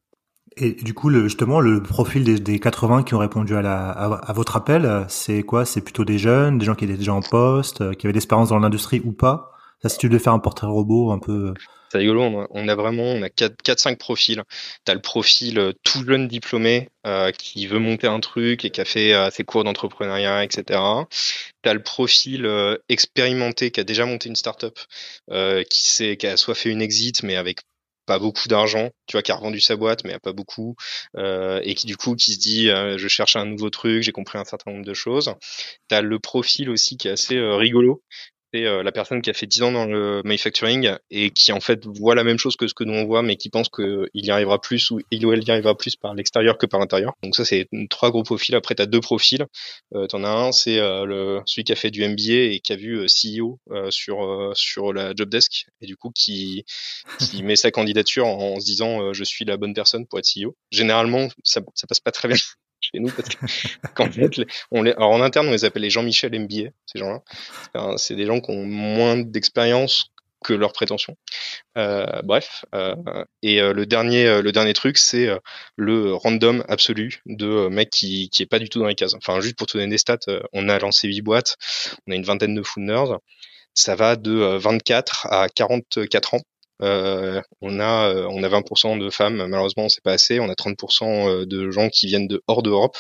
Speaker 2: Et du coup, le, justement, le profil des, des quatre-vingts qui ont répondu à, la, à, à votre appel, c'est quoi? C'est plutôt des jeunes, des gens qui étaient déjà en poste, qui avaient de l'expérience dans l'industrie ou pas? Ça, si tu devais faire un portrait robot un peu...
Speaker 3: C'est rigolo, on a, on a vraiment on a quatre cinq profils. T'as le profil euh, tout jeune diplômé euh, qui veut monter un truc et qui a fait euh, ses cours d'entrepreneuriat, et cetera. T'as le profil euh, expérimenté qui a déjà monté une startup, euh, qui sait, qui a soit fait une exit mais avec pas beaucoup d'argent, tu vois, qui a revendu sa boîte mais a pas beaucoup, euh, et qui du coup qui se dit euh, je cherche un nouveau truc, j'ai compris un certain nombre de choses. T'as le profil aussi qui est assez euh, rigolo, c'est euh, la personne qui a fait dix ans dans le manufacturing et qui en fait voit la même chose que ce que nous on voit, mais qui pense qu'il y arrivera plus ou il ou elle y arrivera plus par l'extérieur que par l'intérieur. Donc ça, c'est trois gros profils. Après, tu as deux profils. Euh, tu en as un, c'est euh, le celui qui a fait du M B A et qui a vu euh, C E O euh, sur euh, sur la job desk et du coup qui qui met sa candidature en, en se disant euh, je suis la bonne personne pour être C E O. Généralement, ça ça passe pas très bien chez nous parce que qu'en fait, on les, alors en interne, on les appelle les Jean-Michel M B A, ces gens-là. Enfin, c'est des gens qui ont moins d'expérience que leurs prétentions. Euh, bref, euh, et euh, le dernier, euh, le dernier truc, c'est euh, le random absolu de euh, mec qui qui est pas du tout dans les cases. Enfin, juste pour te donner des stats, euh, on a lancé huit boîtes, on a une vingtaine de founders, ça va de euh, vingt-quatre à quarante-quatre ans. Euh, on a euh, on a vingt pour cent de femmes, malheureusement c'est pas assez. On a trente pour cent de gens qui viennent de hors d'Europe.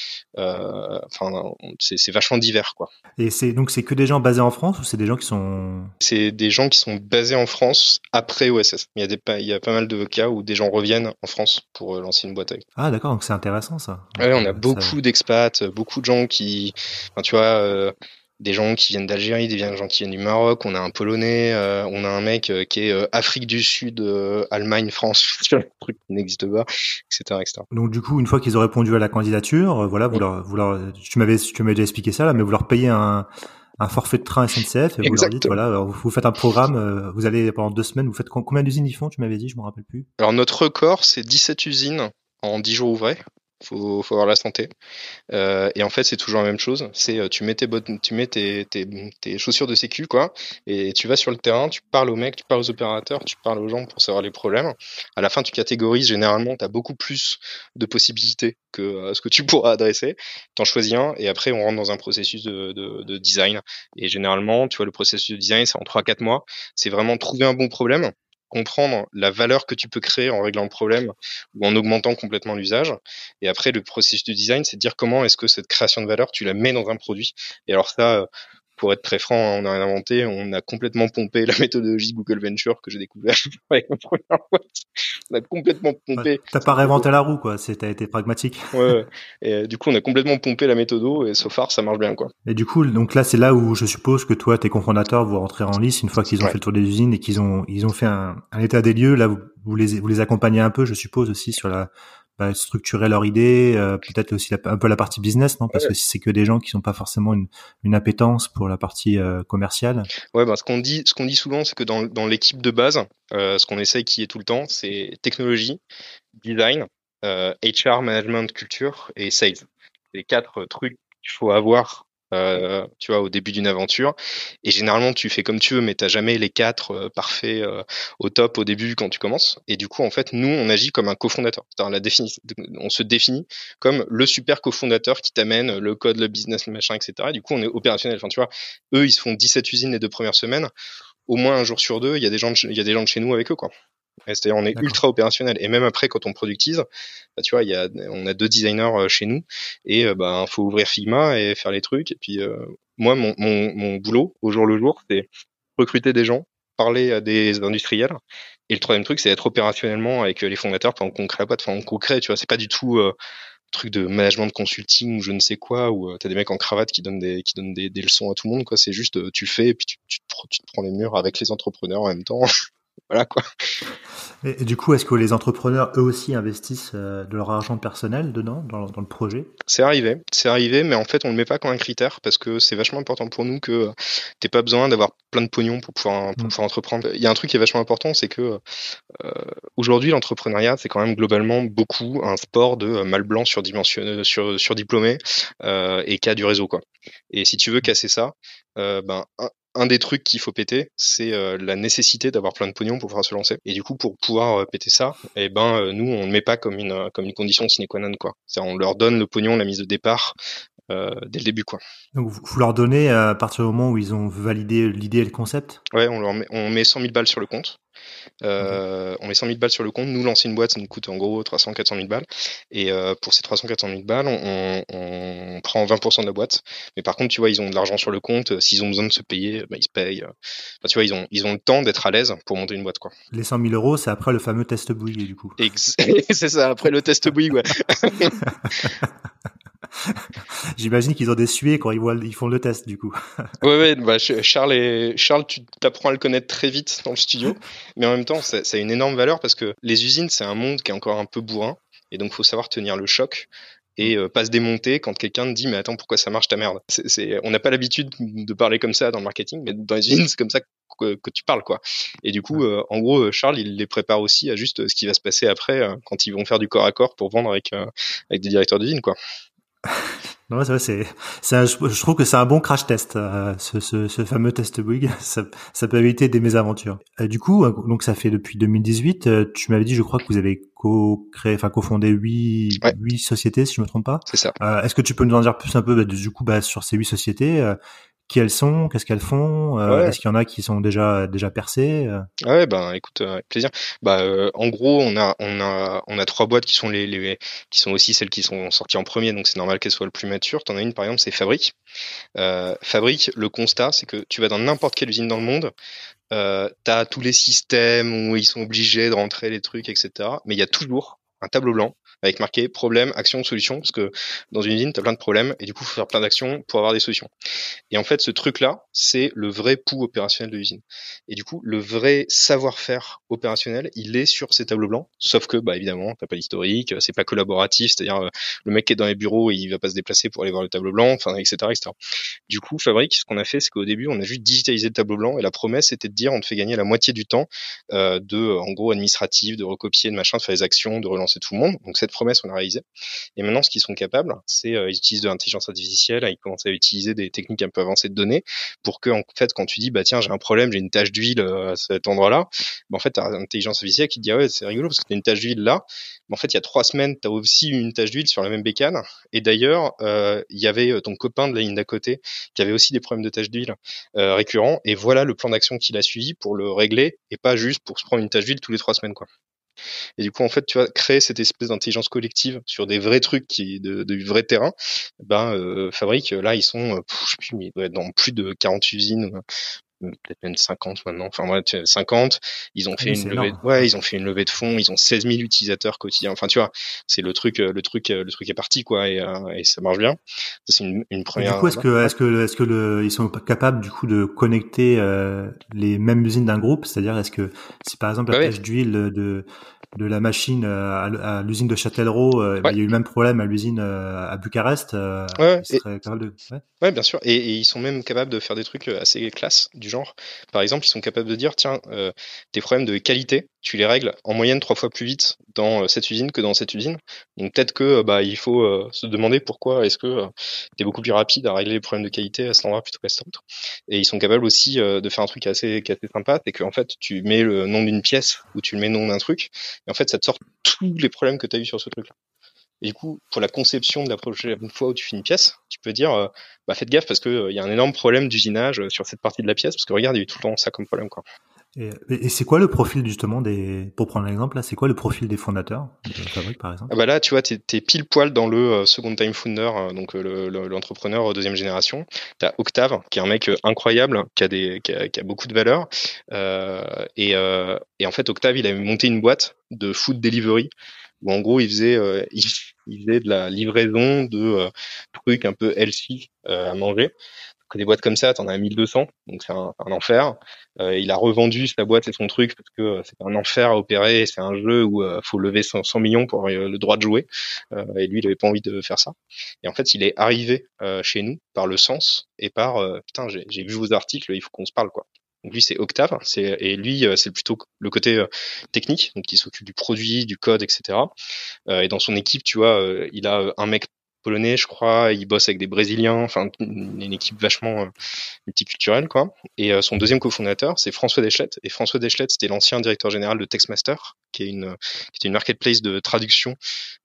Speaker 3: Euh, enfin, c'est, c'est vachement divers, quoi.
Speaker 4: Et c'est donc c'est que des gens basés en France ou c'est des gens qui sont
Speaker 3: C'est des gens qui sont basés en France après O S S. Il y a des il y a pas mal de cas où des gens reviennent en France pour lancer une boîte avec.
Speaker 4: Ah d'accord, donc c'est intéressant ça.
Speaker 3: Ouais,
Speaker 4: donc,
Speaker 3: on a
Speaker 4: euh,
Speaker 3: beaucoup
Speaker 4: ça...
Speaker 3: d'expats, beaucoup de gens qui, enfin, tu vois. Euh, des gens qui viennent d'Algérie, des gens qui viennent du Maroc, on a un Polonais, euh, on a un mec euh, qui est euh, Afrique du Sud, euh, Allemagne, France, un truc qui n'existe pas, et cetera, et cetera.
Speaker 4: Donc du coup, une fois qu'ils ont répondu à la candidature, euh, voilà, vous, mmh. leur, vous leur, tu m'avais, tu m'avais déjà expliqué ça là, mais vous leur payez un, un forfait de train S N C F et vous Exactement. leur dites voilà, alors vous faites un programme, euh, vous allez pendant deux semaines, vous faites combien d'usines ils font, tu m'avais dit, je me rappelle plus.
Speaker 3: Alors notre record, c'est dix-sept usines en dix jours ouvrés. Faut, faut avoir la santé. Euh, et en fait, c'est toujours la même chose. C'est tu mets tes bottes, tu mets tes, tes, tes chaussures de sécu, quoi, et tu vas sur le terrain, tu parles aux mecs, tu parles aux opérateurs, tu parles aux gens pour savoir les problèmes. À la fin, tu catégorises. Généralement, tu as beaucoup plus de possibilités que euh, ce que tu pourras adresser. T'en choisis un, et après, on rentre dans un processus de, de, de design. Et généralement, tu vois, le processus de design, c'est en trois quatre mois. C'est vraiment trouver un bon problème, comprendre la valeur que tu peux créer en réglant le problème ou en augmentant complètement l'usage. Et après, le processus de design, c'est de dire comment est-ce que cette création de valeur, tu la mets dans un produit. Et alors ça, pour être très franc, on n'a rien inventé, on a complètement pompé la méthodologie Google Venture que j'ai découvert avec ma première boîte. On a complètement pompé.
Speaker 4: Ouais, t'as pas réinventé la roue, quoi. C'est, t'as été pragmatique.
Speaker 3: Ouais. Et euh, du coup, on a complètement pompé la méthodo et so far, ça marche bien, quoi.
Speaker 4: Et du coup, donc là, c'est là où je suppose que toi, tes cofondateurs, vous rentrez en lice une fois qu'ils ont ouais. fait le tour des usines et qu'ils ont, ils ont fait un, un état des lieux. Là, vous, vous les, vous les accompagnez un peu, je suppose aussi sur la, bah, structurer leur idée, euh, peut-être aussi la, un peu la partie business, non? Parce ouais. que si c'est que des gens qui n'ont pas forcément une, une appétence pour la partie euh, commerciale.
Speaker 3: Ouais, bah, ce qu'on dit, ce qu'on dit souvent, c'est que dans, dans l'équipe de base, euh, ce qu'on essaye qui est tout le temps, c'est technologie, design, euh, H R, management, culture et sales. Les quatre trucs qu'il faut avoir. Euh, tu vois, au début d'une aventure. Et généralement, tu fais comme tu veux, mais t'as jamais les quatre euh, parfaits euh, au top au début quand tu commences. Et du coup, en fait, nous, on agit comme un cofondateur. C'est-à-dire la défini- on se définit comme le super cofondateur qui t'amène le code, le business, le machin, et cetera. Et du coup, on est opérationnel. Enfin, tu vois, eux, ils se font dix-sept usines les deux premières semaines. Au moins un jour sur deux, il y a des gens, de, il y a des gens de chez nous avec eux, quoi. C'est-à-dire, on est D'accord. ultra opérationnel. Et même après, quand on productise, bah, tu vois, il y a, on a deux designers chez nous et bah, faut ouvrir Figma et faire les trucs. Et puis, euh, moi, mon, mon, mon boulot au jour le jour, c'est recruter des gens, parler à des industriels. Et le troisième truc, c'est être opérationnellement avec les fondateurs pendant qu'on crée pas de, enfin, on crée, tu vois, c'est pas du tout euh, truc de management de consulting ou je ne sais quoi où euh, t'as des mecs en cravate qui donnent des qui donnent des, des leçons à tout le monde, quoi. C'est juste, euh, tu fais et puis tu, tu, te, tu te prends les murs avec les entrepreneurs en même temps. Voilà, quoi.
Speaker 4: Et, et du coup, est-ce que les entrepreneurs, eux aussi, investissent euh, de leur argent personnel dedans, dans, dans le projet ?
Speaker 3: C'est arrivé, c'est arrivé, mais en fait, on le met pas comme un critère parce que c'est vachement important pour nous que euh, t'aies pas besoin d'avoir plein de pognon pour pouvoir, pour mmh. pouvoir entreprendre. Il y a un truc qui est vachement important, c'est que euh, aujourd'hui, l'entrepreneuriat, c'est quand même globalement beaucoup un sport de mâle blanc surdimensionné, sur, surdiplômé euh, et qui a du réseau, quoi. Et si tu veux casser ça, euh, ben un, un des trucs qu'il faut péter, c'est euh, la nécessité d'avoir plein de pognon pour pouvoir se lancer. Et du coup, pour pouvoir euh, péter ça, eh ben euh, nous, on ne met pas comme une euh, comme une condition sine qua non, quoi. C'est-à-dire, on leur donne le pognon, la mise de départ euh, dès le début, quoi.
Speaker 4: Donc vous leur donnez à partir du moment où ils ont validé l'idée et le concept ?
Speaker 3: Ouais, on leur met, on met cent mille balles sur le compte. Euh, okay. On met cent mille balles sur le compte. Nous, lancer une boîte, ça nous coûte en gros trois cents à quatre cent mille balles. Et euh, pour ces trois cents à quatre cent mille balles, on, on, on prend vingt pour cent de la boîte. Mais par contre, tu vois, ils ont de l'argent sur le compte. S'ils ont besoin de se payer, bah, ils se payent. Enfin, tu vois, ils ont, ils ont le temps d'être à l'aise pour monter une boîte, quoi.
Speaker 4: Les cent mille euros, c'est après le fameux test bouillie, du coup.
Speaker 3: Ex- c'est ça, après le test bouillie, ouais.
Speaker 4: J'imagine qu'ils ont des suées quand ils voient, ils font le test, du coup.
Speaker 3: Ouais, ouais, bah, Charles et, Charles, tu t'apprends à le connaître très vite dans le studio. Mais en même temps, ça, ça a une énorme valeur parce que les usines, c'est un monde qui est encore un peu bourrin. Et donc, faut savoir tenir le choc. Et euh, pas se démonter quand quelqu'un te dit mais attends, pourquoi ça marche ta merde. C'est, c'est, on n'a pas l'habitude de parler comme ça dans le marketing, mais dans les usines c'est comme ça que, que tu parles, quoi. Et du coup euh, en gros Charles il les prépare aussi à juste ce qui va se passer après euh, quand ils vont faire du corps à corps pour vendre avec euh, avec des directeurs d'usine, quoi.
Speaker 4: Non, c'est, c'est, c'est un, je trouve que c'est un bon crash test, euh, ce, ce, ce fameux test Bouygues. Ça, ça peut éviter des mésaventures. Euh, du coup, donc ça fait depuis deux mille dix-huit. Euh, tu m'avais dit, je crois que vous avez co-créé, enfin cofondé huit,
Speaker 3: ouais.
Speaker 4: huit sociétés, si je me trompe pas.
Speaker 3: C'est ça.
Speaker 4: Euh, est-ce que tu peux nous en dire plus un peu, bah, du coup, bah, sur ces huit sociétés, euh, qui elles sont, qu'est-ce qu'elles font, euh,
Speaker 3: ouais.
Speaker 4: Est-ce qu'il y en a qui sont déjà déjà percées euh...
Speaker 3: Ouais, ben écoute, euh, avec plaisir. Bah euh, en gros, on a on a on a trois boîtes qui sont les, les qui sont aussi celles qui sont sorties en premier, donc c'est normal qu'elles soient le plus matures. T'en as une par exemple, c'est Fabrique. Euh, Fabrique, le constat, c'est que tu vas dans n'importe quelle usine dans le monde, euh, t'as tous les systèmes où ils sont obligés de rentrer les trucs, et cetera. Mais il y a toujours un tableau blanc avec marqué problème, action, solution, parce que dans une usine, t'as plein de problèmes et du coup, faut faire plein d'actions pour avoir des solutions. Et en fait, ce truc-là, c'est le vrai pouls opérationnel de l'usine. Et du coup, le vrai savoir-faire opérationnel, il est sur ces tableaux blancs, sauf que, bah, évidemment, t'as pas l'historique, c'est pas collaboratif, c'est-à-dire, euh, le mec qui est dans les bureaux, il va pas se déplacer pour aller voir le tableau blanc, enfin, et cetera, et cetera. Du coup, Fabrique, ce qu'on a fait, c'est qu'au début, on a juste digitalisé le tableau blanc et la promesse était de dire, on te fait gagner la moitié du temps, euh, de, en gros, administratif, de recopier, de machin, de faire les actions, de relancer tout le monde. Donc, cette promesse, on a réalisé. Et maintenant, ce qu'ils sont capables, c'est, euh, ils utilisent de l'intelligence artificielle, ils commencent à utiliser des techniques un peu avancées de données pour que, en fait, quand tu dis, bah, tiens, j'ai un problème, j'ai une tache d'huile à cet endroit-là, bah, en fait, t'as l'intelligence artificielle qui te dit, ah ouais, c'est rigolo parce que t'as une tache d'huile là. Mais en fait, il y a trois semaines, t'as aussi une tache d'huile sur la même bécane. Et d'ailleurs, euh, il y avait ton copain de la ligne d'à côté qui avait aussi des problèmes de tache d'huile, euh, récurrents. Et voilà le plan d'action qu'il a suivi pour le régler et pas juste pour se prendre une tache d'huile tous les trois semaines, quoi. Et du coup, en fait, tu vas créer cette espèce d'intelligence collective sur des vrais trucs qui, de, de vrai terrain. Ben, euh, Fabrique, là, ils sont, pff, je sais plus, mais ils doivent être dans plus de quarante usines, peut-être même cinquante maintenant. Enfin, ouais, cinquante. Ils ont fait
Speaker 4: oui,
Speaker 3: une levée,
Speaker 4: énorme.
Speaker 3: ouais, ils ont fait une levée de fonds. Ils ont seize mille utilisateurs quotidiens. Enfin, tu vois, c'est le truc, le truc, le truc est parti, quoi, et, et ça marche bien. Ça, c'est une, une première.
Speaker 4: Et du coup, est-ce que, est-ce que, est-ce que le, ils sont capables, du coup, de connecter, euh, les mêmes usines d'un groupe? C'est-à-dire, est-ce que, si par exemple, la
Speaker 3: ouais,
Speaker 4: tâche ouais. d'huile de, de la machine à, à l'usine de Châtellerault, euh, ouais. bah, il y a eu le même problème à l'usine à Bucarest, euh,
Speaker 3: ouais,
Speaker 4: ils seraient capables de,
Speaker 3: ouais. Ouais, bien sûr. Et, et ils sont même capables de faire des trucs assez classes du genre. Par exemple, ils sont capables de dire, tiens, euh, tes problèmes de qualité, tu les règles en moyenne trois fois plus vite dans cette usine que dans cette usine. Donc peut-être que bah il faut euh, se demander pourquoi est-ce que euh, t'es beaucoup plus rapide à régler les problèmes de qualité à cet endroit plutôt qu'à cet autre. Et ils sont capables aussi euh, de faire un truc assez, assez sympa, c'est qu'en fait tu mets le nom d'une pièce ou tu mets le nom d'un truc, et en fait ça te sort tous les problèmes que tu as eu sur ce truc-là. Et du coup, pour la conception de la prochaine fois où tu fais une pièce, tu peux dire, euh, bah faites gaffe parce que il euh, y a un énorme problème d'usinage sur cette partie de la pièce, parce que regarde, il y a eu tout le temps ça comme problème, quoi.
Speaker 4: Et, et c'est quoi le profil justement des, pour prendre l'exemple là, c'est quoi le profil des fondateurs de Fabrique par exemple?
Speaker 3: Ah bah là, tu vois, t'es, t'es pile poil dans le euh, second time founder, euh, donc euh, le, le, l'entrepreneur euh, deuxième génération. T'as Octave, qui est un mec euh, incroyable, qui a des, qui a, qui a beaucoup de valeur, euh, et, euh, et en fait, Octave, il avait monté une boîte de food delivery où en gros, il faisait, euh, il, il faisait de la livraison de euh, trucs un peu healthy euh, à manger. Que des boîtes comme ça, t'en as mille deux cents, donc c'est un, un enfer. Euh, il a revendu sa boîte et son truc parce que euh, c'est un enfer à opérer, c'est un jeu où euh, faut lever cent millions pour avoir le droit de jouer, euh, et lui il avait pas envie de faire ça. Et en fait il est arrivé euh, chez nous par le sens et par euh, putain j'ai, j'ai vu vos articles, il faut qu'on se parle, quoi. Donc lui c'est Octave, c'est, et lui euh, c'est plutôt le côté euh, technique, donc il s'occupe du produit, du code, et cetera. Euh, et dans son équipe, tu vois, euh, il a euh, un mec polonais, je crois, il bosse avec des Brésiliens, enfin une, une équipe vachement euh, multiculturelle, quoi. Et euh, son deuxième cofondateur, c'est François Deschlette. Et François Deschlette, c'était l'ancien directeur général de Textmaster, qui est une, qui était une marketplace de traduction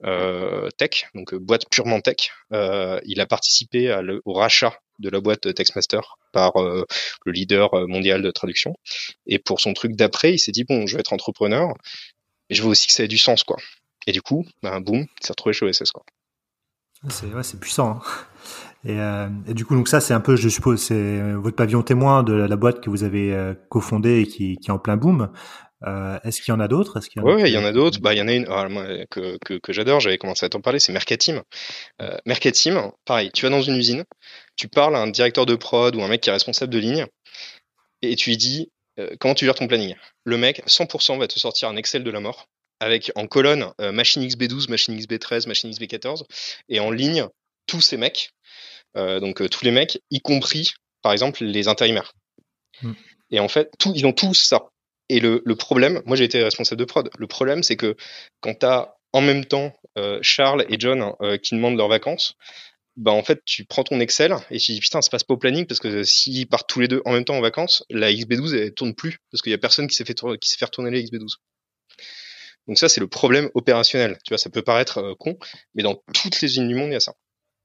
Speaker 3: euh, tech, donc euh, boîte purement tech. Euh, il a participé à le, au rachat de la boîte Textmaster par euh, le leader mondial de traduction. Et pour son truc d'après, il s'est dit bon, je vais être entrepreneur, mais je veux aussi que ça ait du sens, quoi. Et du coup, ben boum, il s'est retrouvé chez O S S, quoi.
Speaker 4: C'est, ouais, c'est puissant. Hein. Et, euh, et du coup, donc ça, c'est un peu, je suppose, c'est votre pavillon témoin de la, la boîte que vous avez euh, cofondée et qui, qui est en plein boom. Euh, est-ce qu'il y en a d'autres? Est-ce qu'il y en
Speaker 3: Ouais,
Speaker 4: a
Speaker 3: ouais,
Speaker 4: que...
Speaker 3: il y en a d'autres. Bah, il y en a une alors, moi, que, que, que j'adore, j'avais commencé à t'en parler, c'est Mercateam. Euh, Mercateam, pareil, tu vas dans une usine, tu parles à un directeur de prod ou un mec qui est responsable de ligne, et tu lui dis euh, comment tu gères ton planning. Le mec, cent pour cent va te sortir un Excel de la mort, avec en colonne euh, machine X B douze, machine X B treize, machine X B quatorze, et en ligne, tous ces mecs, euh, donc euh, tous les mecs, y compris, par exemple, les intérimaires.
Speaker 4: Mm.
Speaker 3: Et en fait, tout, ils ont tous ça. Et le, le problème, moi j'ai été responsable de prod, le problème c'est que quand tu as en même temps euh, Charles et John euh, qui demandent leurs vacances, bah en fait tu prends ton Excel et tu dis putain ça passe pas au planning parce que s'ils partent tous les deux en même temps en vacances, la X B douze elle tourne plus parce qu'il y a personne qui s'est fait tourner, qui sait faire tourner la X B douze. Donc ça c'est le problème opérationnel. Tu vois, ça peut paraître euh, con, mais dans toutes les usines du monde il y a ça.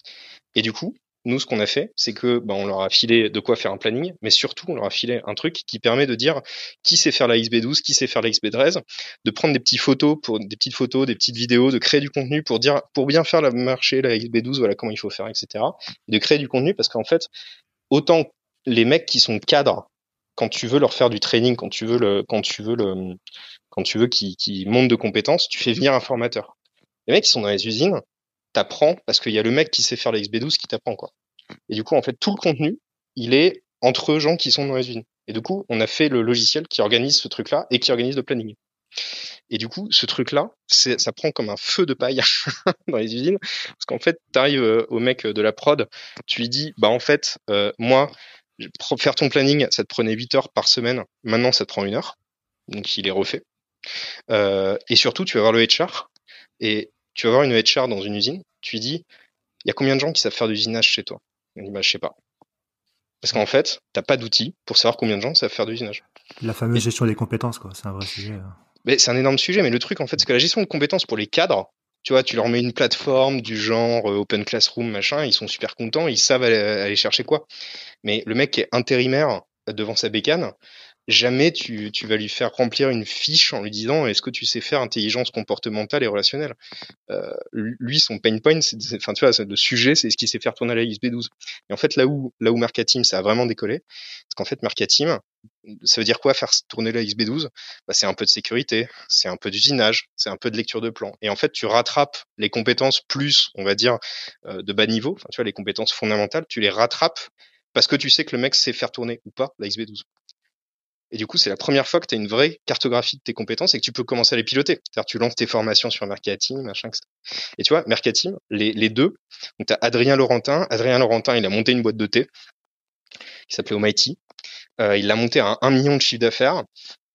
Speaker 3: Et du coup, nous, ce qu'on a fait, c'est que bah, on leur a filé de quoi faire un planning, mais surtout, on leur a filé un truc qui permet de dire qui sait faire la X B douze, qui sait faire la X B treize, de prendre des petites photos, pour des petites photos, des petites vidéos, de créer du contenu pour dire, pour bien faire la marché, la X B douze, voilà comment il faut faire, et cetera. Et de créer du contenu parce qu'en fait, autant les mecs qui sont cadres, quand tu veux leur faire du training, quand tu veux le, quand tu veux le, quand tu veux qu'ils, qu'ils montent de compétences, tu fais venir un formateur. Les mecs qui sont dans les usines, t'apprends parce qu'il y a le mec qui sait faire la X B douze qui t'apprend, quoi. Et du coup, en fait, tout le contenu, il est entre gens qui sont dans les usines. Et du coup, on a fait le logiciel qui organise ce truc-là et qui organise le planning. Et du coup, ce truc-là, c'est, ça prend comme un feu de paille dans les usines. Parce qu'en fait, t'arrives au mec de la prod, tu lui dis, bah, en fait, euh, moi, faire ton planning, ça te prenait huit heures par semaine. Maintenant, ça te prend une heure. Donc, il est refait. Euh, et surtout, tu vas voir le H R. Et tu vas voir une H R dans une usine, tu lui dis, il y a combien de gens qui savent faire de l'usinage chez toi? Il dit, bah, je sais pas. Parce qu'en fait, t'as pas d'outils pour savoir combien de gens savent faire de l'usinage.
Speaker 4: La fameuse
Speaker 3: mais,
Speaker 4: gestion des compétences, quoi. C'est un vrai sujet.
Speaker 3: Mais c'est un énorme sujet, mais le truc, en fait, c'est que la gestion de compétences pour les cadres, tu vois, tu leur mets une plateforme du genre euh, Open Classroom, machin, ils sont super contents, ils savent aller, aller chercher quoi. Mais le mec qui est intérimaire devant sa bécane, jamais tu, tu vas lui faire remplir une fiche en lui disant est-ce que tu sais faire intelligence comportementale et relationnelle. Euh, lui, son pain point, c'est, enfin, tu vois, le sujet, c'est ce qu'il sait faire tourner la X B douze. Et en fait, là où, là où Mercateam, ça a vraiment décollé, c'est qu'en fait, Mercateam, ça veut dire quoi faire tourner la X B douze? Bah, c'est un peu de sécurité, c'est un peu d'usinage, c'est un peu de lecture de plan. Et en fait, tu rattrapes les compétences plus, on va dire, euh, de bas niveau, enfin, tu vois, les compétences fondamentales, tu les rattrapes parce que tu sais que le mec sait faire tourner ou pas la X B douze. Et du coup, c'est la première fois que tu as une vraie cartographie de tes compétences et que tu peux commencer à les piloter. C'est-à-dire tu lances tes formations sur Mercateam, machin, et cetera. Et tu vois, Mercateam, les, les deux, donc tu as Adrien Laurentin. Adrien Laurentin, il a monté une boîte de thé qui s'appelait Almighty. Euh, il l'a monté à un million de chiffre d'affaires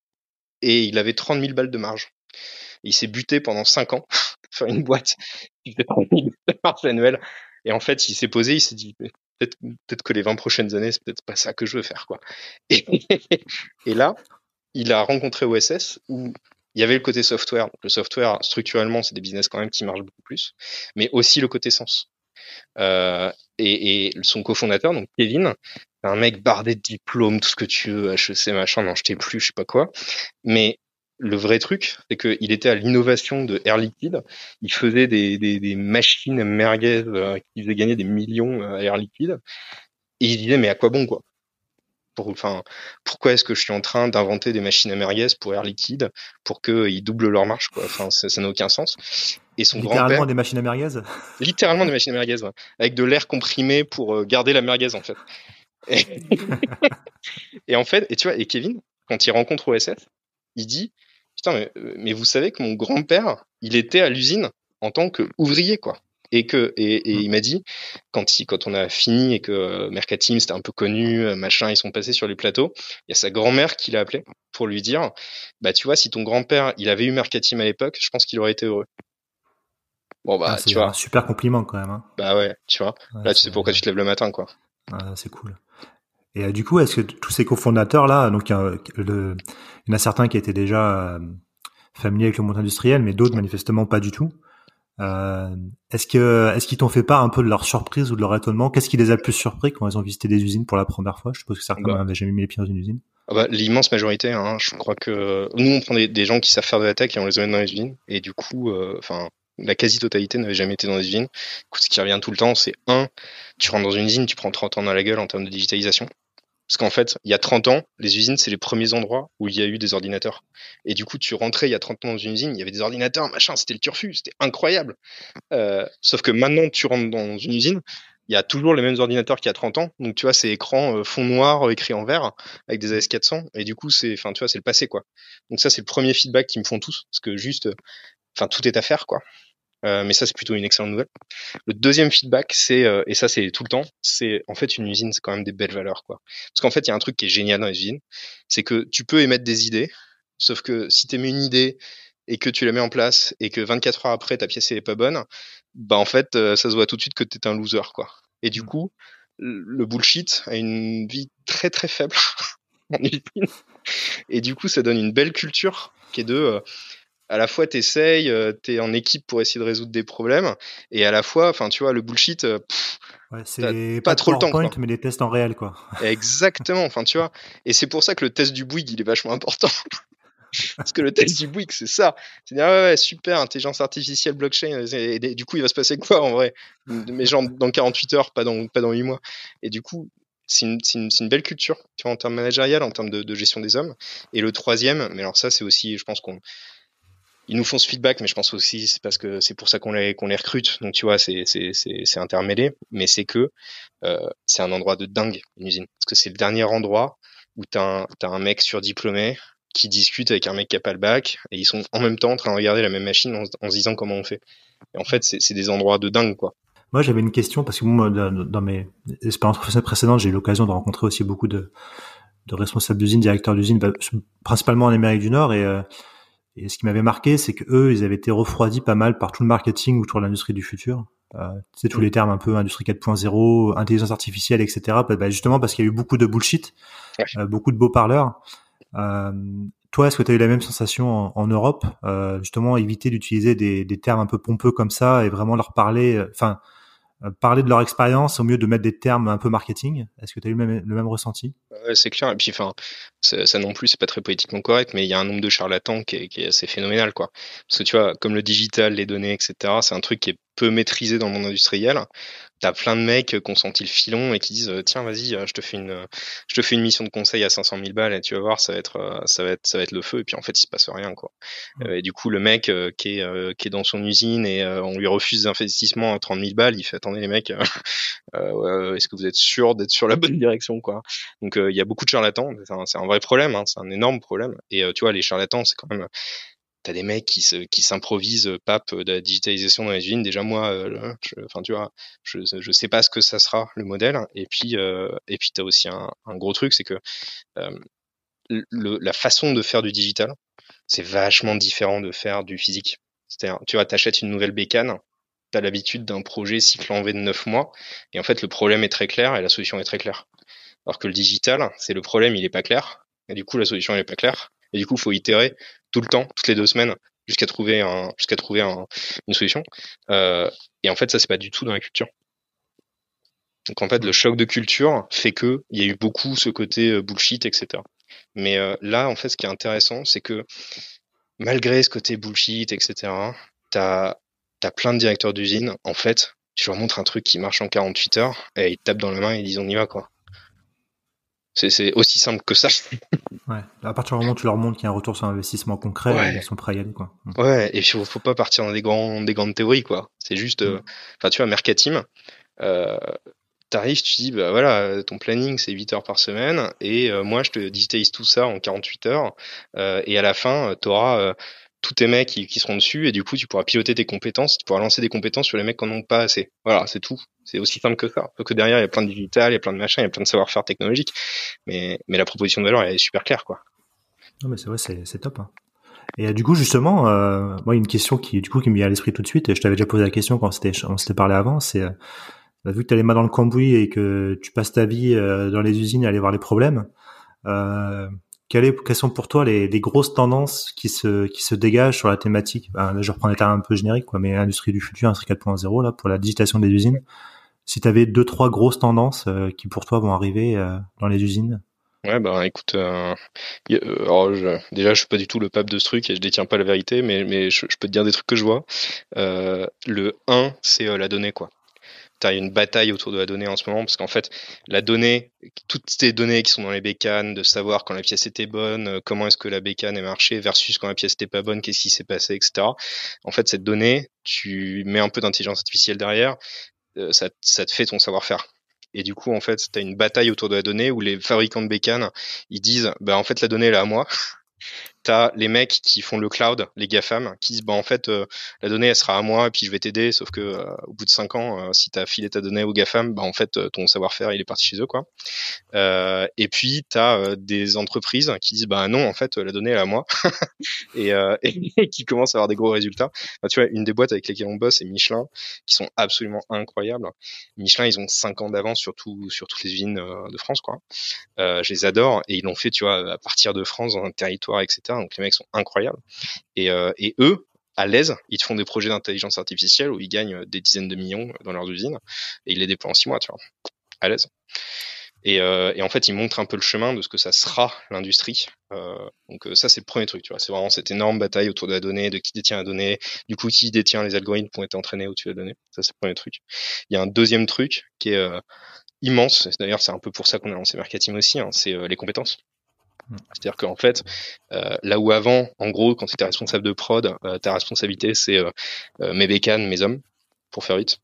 Speaker 3: et il avait trente mille balles de marge. Et il s'est buté pendant cinq ans pour faire une boîte qui fait trente mille balles de marge annuelle. Et en fait, il s'est posé, il s'est dit, peut-être, peut-être que les vingt prochaines années, c'est peut-être pas ça que je veux faire, quoi. Et, et là, il a rencontré O S S où il y avait le côté software. Donc, le software, structurellement, c'est des business quand même qui marchent beaucoup plus, mais aussi le côté sens. Euh, et, et son cofondateur, donc Kevin, c'est un mec bardé de diplômes, tout ce que tu veux, H E C, machin, n'en jetais plus, je sais pas quoi. Mais le vrai truc, c'est qu'il était à l'innovation de Air Liquide. Il faisait des, des, des machines merguez euh, qui faisaient gagner des millions à Air Liquide. Et il disait, mais à quoi bon, quoi? Pour, enfin, pourquoi est-ce que je suis en train d'inventer des machines à merguez pour Air Liquide pour qu'ils doublent leur marge, quoi? Enfin, ça, ça n'a aucun sens. Et son
Speaker 4: littéralement
Speaker 3: grand-père,
Speaker 4: des machines à merguez.
Speaker 3: Littéralement des machines à merguez, ouais, avec de l'air comprimé pour garder la merguez, en fait. Et, et en fait, et tu vois, et Kevin, quand il rencontre O S S, il dit, putain, mais, mais vous savez que mon grand-père, il était à l'usine en tant qu'ouvrier, quoi. Et que, et, et il m'a dit, quand il, quand on a fini et que Mercateam c'était un peu connu, machin, ils sont passés sur les plateaux, il y a sa grand-mère qui l'a appelé pour lui dire, bah, tu vois, si ton grand-père, il avait eu Mercateam à l'époque, je pense qu'il aurait été heureux. Bon, bah,
Speaker 4: ah, c'est
Speaker 3: tu vois.
Speaker 4: un super compliment, quand même, hein.
Speaker 3: Bah ouais, tu vois.
Speaker 4: Ouais,
Speaker 3: là, tu sais pourquoi tu te lèves le matin, quoi.
Speaker 4: Ah, c'est cool. Et euh, du coup, est-ce que tous ces cofondateurs-là, donc, il y, a, le, il y en a certains qui étaient déjà euh, familiers avec le monde industriel, mais d'autres, manifestement, pas du tout. Euh, est-ce que, est-ce qu'ils t'ont fait part un peu de leur surprise ou de leur étonnement? Qu'est-ce qui les a le plus surpris quand ils ont visité des usines pour la première fois? Je suppose que certains
Speaker 3: bah.
Speaker 4: n'avaient jamais mis les pieds dans une usine.
Speaker 3: Ah bah, l'immense majorité, hein, je crois que nous, on prend des, des gens qui savent faire de la tech et on les emmène dans les usines. Et du coup, enfin, euh, la quasi-totalité n'avait jamais été dans les usines. Du coup, ce qui revient tout le temps, c'est un, tu rentres dans une usine, tu prends trente ans dans la gueule en termes de digitalisation. Parce qu'en fait, il y a trente ans, les usines, c'est les premiers endroits où il y a eu des ordinateurs. Et du coup, tu rentrais il y a trente ans dans une usine, il y avait des ordinateurs, machin, c'était le turfu, c'était incroyable. Euh, sauf que maintenant, tu rentres dans une usine, il y a toujours les mêmes ordinateurs qu'il y a trente ans. Donc, tu vois, c'est écran euh, fond noir, écrit en vert, avec des A S quatre cents. Et du coup, c'est, enfin, tu vois, c'est le passé, quoi. Donc ça, c'est le premier feedback qu'ils me font tous. Parce que juste, enfin, tout est à faire, quoi. Euh, mais ça, c'est plutôt une excellente nouvelle. Le deuxième feedback, c'est, euh, et ça, c'est tout le temps, c'est, en fait, une usine, c'est quand même des belles valeurs, quoi. Parce qu'en fait, il y a un truc qui est génial dans les usines, c'est que tu peux émettre des idées, sauf que si tu émets une idée et que tu la mets en place et que vingt-quatre heures après, ta pièce n'est pas bonne, bah, en fait, euh, ça se voit tout de suite que t'es un loser, quoi. Et du coup, le bullshit a une vie très, très faible en usine. Et du coup, ça donne une belle culture qui est de, euh, à la fois t'essayes, euh, t'es en équipe pour essayer de résoudre des problèmes, et à la fois, enfin tu vois, le bullshit, euh, pff,
Speaker 4: Ouais,
Speaker 3: t'as
Speaker 4: c'est
Speaker 3: pas
Speaker 4: pas de
Speaker 3: trop le temps,
Speaker 4: PowerPoint,
Speaker 3: quoi.
Speaker 4: mais des tests en réel, quoi.
Speaker 3: Exactement, enfin tu vois, et c'est pour ça que le test du Bouygues il est vachement important. Parce que le test du Bouygues, c'est ça. C'est-à-dire, ouais, ouais, super, intelligence artificielle, blockchain, et, et, et du coup, il va se passer quoi en vrai? Mais genre dans quarante-huit heures, pas dans, pas dans huit mois. Et du coup, c'est une, c'est une, c'est une belle culture, tu vois, en termes managériels, en termes de, de gestion des hommes. Et le troisième, mais alors ça, c'est aussi, je pense qu'on ils nous font ce feedback, mais je pense aussi c'est parce que c'est pour ça qu'on les qu'on les recrute. Donc tu vois, c'est c'est c'est c'est intermêlé, mais c'est que euh, c'est un endroit de dingue, une usine, parce que c'est le dernier endroit où t'as un t'as un mec surdiplômé qui discute avec un mec qui a pas le bac, et ils sont en même temps en train de regarder la même machine en, en se disant comment on fait. Et en fait, c'est c'est des endroits de dingue, quoi.
Speaker 4: Moi, j'avais une question parce que moi, dans mes expériences professionnelles précédentes, j'ai eu l'occasion de rencontrer aussi beaucoup de de responsables d'usine, directeurs d'usine, principalement en Amérique du Nord, et euh, Et ce qui m'avait marqué, c'est que eux, ils avaient été refroidis pas mal par tout le marketing autour de l'industrie du futur. Euh, tu sais, tous les termes un peu industrie quatre point zéro, intelligence artificielle, et cetera. Bah, justement parce qu'il y a eu beaucoup de bullshit,
Speaker 3: Ouais.
Speaker 4: euh, beaucoup de beaux parleurs. Euh, toi, est-ce que tu as eu la même sensation en, en Europe, euh, justement, éviter d'utiliser des, des termes un peu pompeux comme ça et vraiment leur parler, enfin, euh, parler de leur expérience au mieux de mettre des termes un peu marketing? Est-ce que tu as eu le même, le même ressenti?
Speaker 3: Ouais, c'est clair. Et puis, enfin, ça non plus, c'est pas très politiquement correct, mais il y a un nombre de charlatans qui est, qui est assez phénoménal, quoi. Parce que tu vois, comme le digital, les données, et cetera, c'est un truc qui est peu maîtrisé dans le monde industriel. T'as plein de mecs qui ont senti le filon et qui disent tiens, vas-y, je te fais une, je te fais une mission de conseil à cinq cent mille balles et tu vas voir, ça va être, ça va être, ça va être le feu. Et puis en fait, il se passe rien, quoi. Mmh. Et du coup, le mec qui est, qui est dans son usine et on lui refuse des investissements à trente mille balles, il fait attendez les mecs, euh, ouais, est-ce que vous êtes sûr d'être sur la bonne direction, quoi. Donc il y a beaucoup de charlatans. C'est un, c'est un vrai problème, hein, c'est un énorme problème. Et tu vois, les charlatans, c'est quand même t'as des mecs qui se, qui s'improvisent pape de la digitalisation dans les usines. Déjà moi, euh, enfin tu vois, je, je sais pas ce que ça sera le modèle. Et puis, euh, et puis t'as aussi un, un gros truc, c'est que euh, le, la façon de faire du digital, c'est vachement différent de faire du physique. C'est-à-dire, tu vois, t'achètes une nouvelle bécane, t'as l'habitude d'un projet cycle en V de neuf mois, et en fait le problème est très clair et la solution est très claire. Alors que le digital, c'est le problème, il est pas clair, et du coup la solution elle est pas claire. Et du coup, il faut itérer tout le temps, toutes les deux semaines, jusqu'à trouver un, jusqu'à trouver un, une solution. Euh, et en fait, ça, c'est pas du tout dans la culture. Donc en fait, le choc de culture fait que il y a eu beaucoup ce côté bullshit, et cetera. Mais euh, là, en fait, ce qui est intéressant, c'est que malgré ce côté bullshit, et cetera, t'as, t'as plein de directeurs d'usine. En fait, tu leur montres un truc qui marche en quarante-huit heures et ils te tapent dans la main et ils disent on y va, quoi. C'est, c'est aussi simple que ça.
Speaker 4: Ouais. À partir du moment où tu leur montres qu'il y a un retour sur investissement concret, ouais. Ils sont prêts à y aller, quoi.
Speaker 3: Ouais. Et puis faut, faut pas partir dans des grands, des grandes théories, quoi. C'est juste, enfin, mm. euh, tu vois, Mercatim, euh, t'arrives, tu dis, bah voilà, ton planning c'est huit heures par semaine, et euh, moi je te digitalise tout ça en quarante-huit heures, euh, et à la fin, t'auras euh, tous tes mecs qui, qui seront dessus, et du coup tu pourras piloter tes compétences, tu pourras lancer des compétences sur les mecs qui en ont pas assez. Voilà, c'est tout. C'est aussi simple que ça. Sauf que derrière, il y a plein de digital, il y a plein de machins, il y a plein de savoir-faire technologique. Mais, mais la proposition de valeur, elle est super claire, quoi.
Speaker 4: Non, mais c'est vrai, c'est, c'est top, hein. Et euh, du coup, justement, euh, moi, une question qui, du coup, qui me vient à l'esprit tout de suite, et je t'avais déjà posé la question quand on s'était, on s'était parlé avant, c'est, euh, vu que t'as les mains dans le cambouis et que tu passes ta vie euh, dans les usines à aller voir les problèmes, euh, quelles, est, quelles sont pour toi les, les grosses tendances qui se, qui se dégagent sur la thématique? Ben, là, je reprends des termes un peu génériques, quoi, mais industrie du futur, industrie quatre point zéro, là, pour la digitalisation des usines. Si tu avais deux, trois grosses tendances euh, qui pour toi vont arriver euh, dans les usines.
Speaker 3: Ouais, bah écoute, euh, y a, euh, alors je, déjà je suis pas du tout le pape de ce truc et je détiens pas la vérité, mais, mais je, je peux te dire des trucs que je vois. Euh, le un, c'est euh, la donnée, quoi. tu as une bataille autour de la donnée en ce moment, parce qu'en fait, la donnée, toutes ces données qui sont dans les bécanes, de savoir quand la pièce était bonne, comment est-ce que la bécane est marché, versus quand la pièce n'était pas bonne, qu'est-ce qui s'est passé, et cetera. En fait, cette donnée, tu mets un peu d'intelligence artificielle derrière, euh, ça, ça te fait ton savoir-faire. Et du coup, en fait, tu as une bataille autour de la donnée où les fabricants de bécanes, ils disent, bah, en fait, la donnée, elle est à moi. T'as les mecs qui font le cloud, les GAFAM, qui disent bah en fait euh, la donnée elle sera à moi et puis je vais t'aider, sauf que euh, au bout de cinq ans, euh, si t'as filé ta donnée aux GAFAM, bah en fait euh, ton savoir-faire il est parti chez eux quoi. Euh, et puis t'as euh, des entreprises qui disent bah non en fait la donnée elle est à moi et, euh, et, et qui commencent à avoir des gros résultats. Bah, tu vois, une des boîtes avec lesquelles on bosse c'est Michelin, qui sont absolument incroyables. Michelin ils ont cinq ans d'avance sur tout, sur toutes les usines euh, de France quoi. Euh, je les adore et ils l'ont fait tu vois à partir de France dans un territoire et cetera. Donc les mecs sont incroyables et, euh, et eux à l'aise ils te font des projets d'intelligence artificielle où ils gagnent des dizaines de millions dans leurs usines et ils les déploient en six mois tu vois à l'aise et, euh, et en fait ils montrent un peu le chemin de ce que ça sera l'industrie euh, donc ça c'est le premier truc tu vois, c'est vraiment cette énorme bataille autour de la donnée, de qui détient la donnée, du coup qui détient les algorithmes qui ont été entraînés au-dessus de la donnée. Ça c'est le premier truc. Il y a un deuxième truc qui est euh, immense, d'ailleurs c'est un peu pour ça qu'on a lancé Mercateam aussi, hein, c'est euh, les compétences. C'est-à-dire qu'en fait, euh, là où avant, en gros, quand tu étais responsable de prod, euh, ta responsabilité c'est euh, euh, mes bécanes, mes hommes, pour faire vite.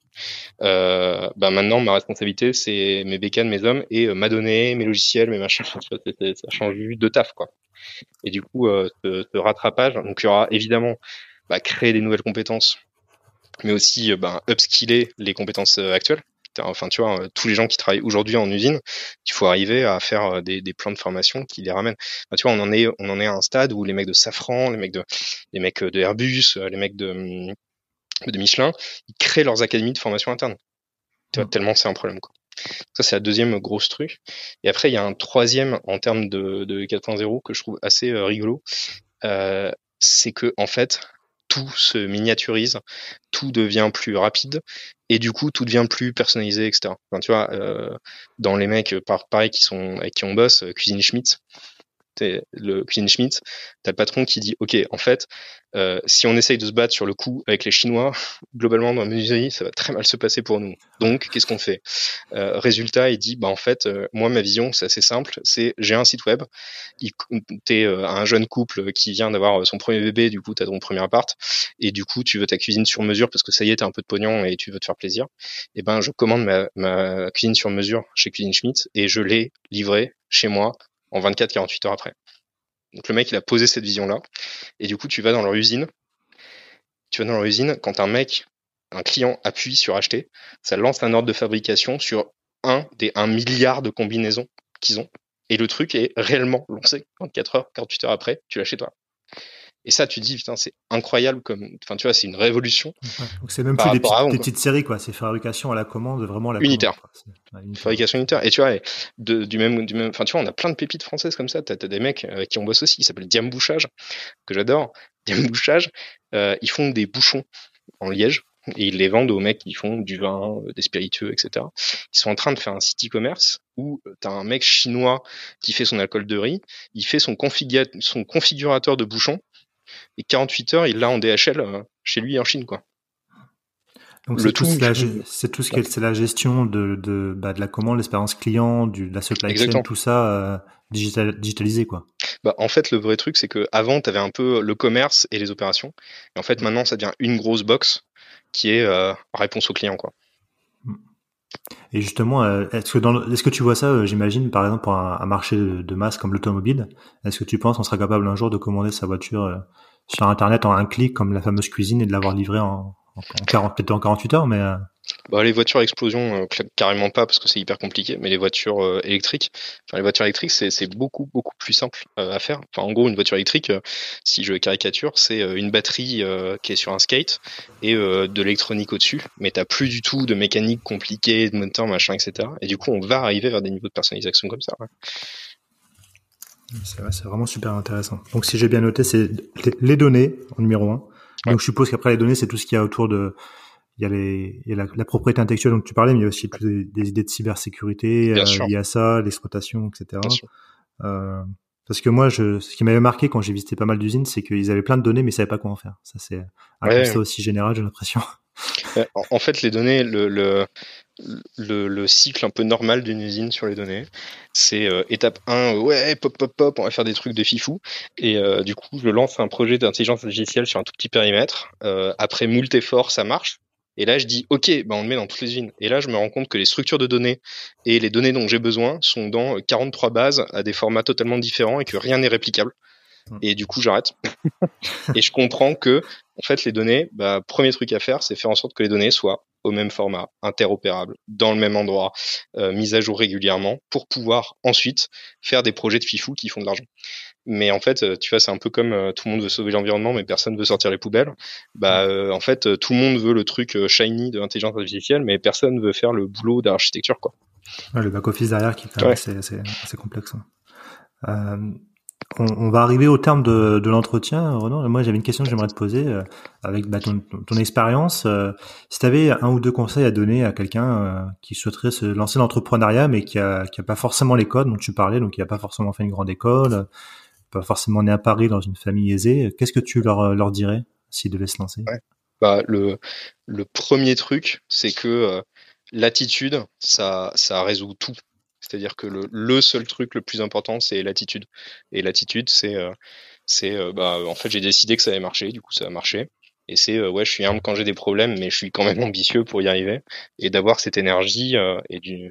Speaker 3: Euh, bah maintenant, ma responsabilité c'est mes bécanes, mes hommes et euh, ma donnée, mes logiciels, mes machins. Ça change de taf, quoi. Et du coup, euh, ce, ce rattrapage, donc il y aura évidemment bah, créer des nouvelles compétences, mais aussi euh, bah, upskiller les compétences euh, actuelles. Enfin, tu vois, tous les gens qui travaillent aujourd'hui en usine, il faut arriver à faire des, des plans de formation qui les ramènent. Enfin, tu vois, on en est, on en est à un stade où les mecs de Safran, les mecs de, les mecs de Airbus, les mecs de, de Michelin, ils créent leurs académies de formation interne. Tu vois, mmh. Tellement c'est un problème, quoi. Ça, c'est la deuxième grosse truc. Et après, il y a un troisième en termes de, de quatre point zéro que je trouve assez euh, rigolo. Euh, c'est que, en fait, tout se miniaturise, tout devient plus rapide et du coup tout devient plus personnalisé, et cetera. Enfin, tu vois, euh, dans les mecs par pareil qui sont avec qui on bosse, Cuisine Schmitt, t'es le Cuisine Schmitt, t'as le patron qui dit ok, en fait, euh, si on essaye de se battre sur le coup avec les Chinois, globalement dans la menuiserie, ça va très mal se passer pour nous. Donc qu'est-ce qu'on fait? euh, Résultat, il dit bah en fait, euh, moi ma vision c'est assez simple, c'est j'ai un site web, il, t'es euh, un jeune couple qui vient d'avoir son premier bébé, du coup t'as ton premier appart et du coup tu veux ta cuisine sur mesure parce que ça y est t'as un peu de pognon et tu veux te faire plaisir. Et ben je commande ma, ma cuisine sur mesure chez Cuisine Schmitt et je l'ai livrée chez moi en vingt-quatre à quarante-huit heures après. Donc le mec, il a posé cette vision-là. Et du coup, tu vas dans leur usine. Tu vas dans leur usine, quand un mec, un client appuie sur acheter, ça lance un ordre de fabrication sur un des un milliard de combinaisons qu'ils ont. Et le truc est réellement lancé vingt-quatre heures, quarante-huit heures après, tu l'as chez toi. Et ça, tu te dis, putain, c'est incroyable comme, enfin, tu vois, c'est une révolution.
Speaker 4: Ouais, donc c'est même plus des, petites, avant, des petites séries, quoi. C'est fabrication à la commande, vraiment la
Speaker 3: unitaire.
Speaker 4: Commande, ouais, unitaire.
Speaker 3: Fabrication unitaire. Et tu vois, de, du même, du même, enfin, tu vois, on a plein de pépites françaises comme ça. T'as, t'as des mecs euh, qui on bosse aussi, qui s'appellent Diam Bouchage, que j'adore. Diam Bouchage, euh, ils font des bouchons en liège et ils les vendent aux mecs qui font du vin, des spiritueux, et cetera. Ils sont en train de faire un site e-commerce où t'as un mec chinois qui fait son alcool de riz, il fait son, configura- son configurateur de bouchons. Et quarante-huit heures, il l'a en D H L euh, chez lui en Chine, quoi.
Speaker 4: Donc le c'est tout, la, c'est tout ce qui est, c'est la gestion de de bah, de la commande, l'expérience client, du de la supply Exactement. chain, tout ça euh, digital, digitalisé, quoi.
Speaker 3: Bah en fait le vrai truc c'est que avant t'avais un peu le commerce et les opérations, et en fait maintenant ça devient une grosse box qui est euh, réponse au client, quoi.
Speaker 4: Et justement, est-ce que dans le, est-ce que tu vois ça, j'imagine, par exemple, pour un, un marché de, de masse comme l'automobile, est-ce que tu penses qu'on sera capable un jour de commander sa voiture euh, sur Internet en un clic, comme la fameuse cuisine, et de l'avoir livrée en, en, en quarante, peut-être en quarante-huit heures, mais euh...
Speaker 3: bah, les voitures à explosion, euh, carrément pas, parce que c'est hyper compliqué, mais les voitures euh, électriques, enfin, les voitures électriques, c'est, c'est beaucoup, beaucoup plus simple euh, à faire. Enfin, en gros, une voiture électrique, euh, si je caricature, c'est euh, une batterie euh, qui est sur un skate et euh, de l'électronique au-dessus, mais t'as plus du tout de mécanique compliquée, de moteur, machin, et cetera. Et du coup, on va arriver vers des niveaux de personnalisation comme ça. Ouais.
Speaker 4: C'est, vrai, c'est vraiment super intéressant. Donc, si j'ai bien noté, c'est les données en numéro un. Donc, ouais. Je suppose qu'après les données, c'est tout ce qu'il y a autour de... Il y a, les, il y a la, la propriété intellectuelle dont tu parlais, mais il y a aussi des, des idées de cybersécurité euh, liées à ça, l'exploitation, et cetera. Euh, parce que moi, je, ce qui m'avait marqué quand j'ai visité pas mal d'usines, c'est qu'ils avaient plein de données, mais ils savaient pas quoi en faire. Ça, c'est un ouais, constat ouais. aussi général, j'ai l'impression.
Speaker 3: En fait, les données, le, le, le, le cycle un peu normal d'une usine sur les données, c'est euh, étape un, ouais, pop, pop, pop, on va faire des trucs de fifou. Et euh, du coup, je lance un projet d'intelligence artificielle sur un tout petit périmètre. Euh, après moult efforts, ça marche. Et là, je dis, OK, bah, on le met dans toutes les usines. Et là, je me rends compte que les structures de données et les données dont j'ai besoin sont dans quarante-trois bases à des formats totalement différents et que rien n'est réplicable. Et du coup, j'arrête. Et je comprends que, en fait, les données, bah, premier truc à faire, c'est faire en sorte que les données soient au même format, interopérables, dans le même endroit, euh, mises à jour régulièrement, pour pouvoir ensuite faire des projets de fifou qui font de l'argent. Mais en fait, tu vois, c'est un peu comme euh, tout le monde veut sauver l'environnement, mais personne veut sortir les poubelles. Bah, euh, en fait, tout le monde veut le truc euh, shiny de l'intelligence artificielle, mais personne veut faire le boulot d'architecture, quoi.
Speaker 4: Ouais, le back-office derrière qui est quand même ouais. assez, assez, assez complexe. Euh, on, on va arriver au terme de, de l'entretien, Renan. Moi, j'avais une question que j'aimerais te poser euh, avec bah, ton, ton, ton expérience. Euh, si tu avais un ou deux conseils à donner à quelqu'un euh, qui souhaiterait se lancer dans l'entrepreneuriat, mais qui a, qui a pas forcément les codes dont tu parlais, donc qui a pas forcément fait une grande école, pas forcément né à Paris dans une famille aisée, qu'est-ce que tu leur, leur dirais s'ils devaient se lancer?
Speaker 3: Ouais. Bah, le, le premier truc, c'est que euh, l'attitude, ça, ça résout tout. C'est-à-dire que le, le seul truc le plus important, c'est l'attitude. Et l'attitude, c'est, euh, c'est, euh, bah, en fait, j'ai décidé que ça allait marcher, du coup, ça a marché. Et c'est, euh, ouais, je suis humble quand j'ai des problèmes, mais je suis quand même ambitieux pour y arriver. Et d'avoir cette énergie euh, et du,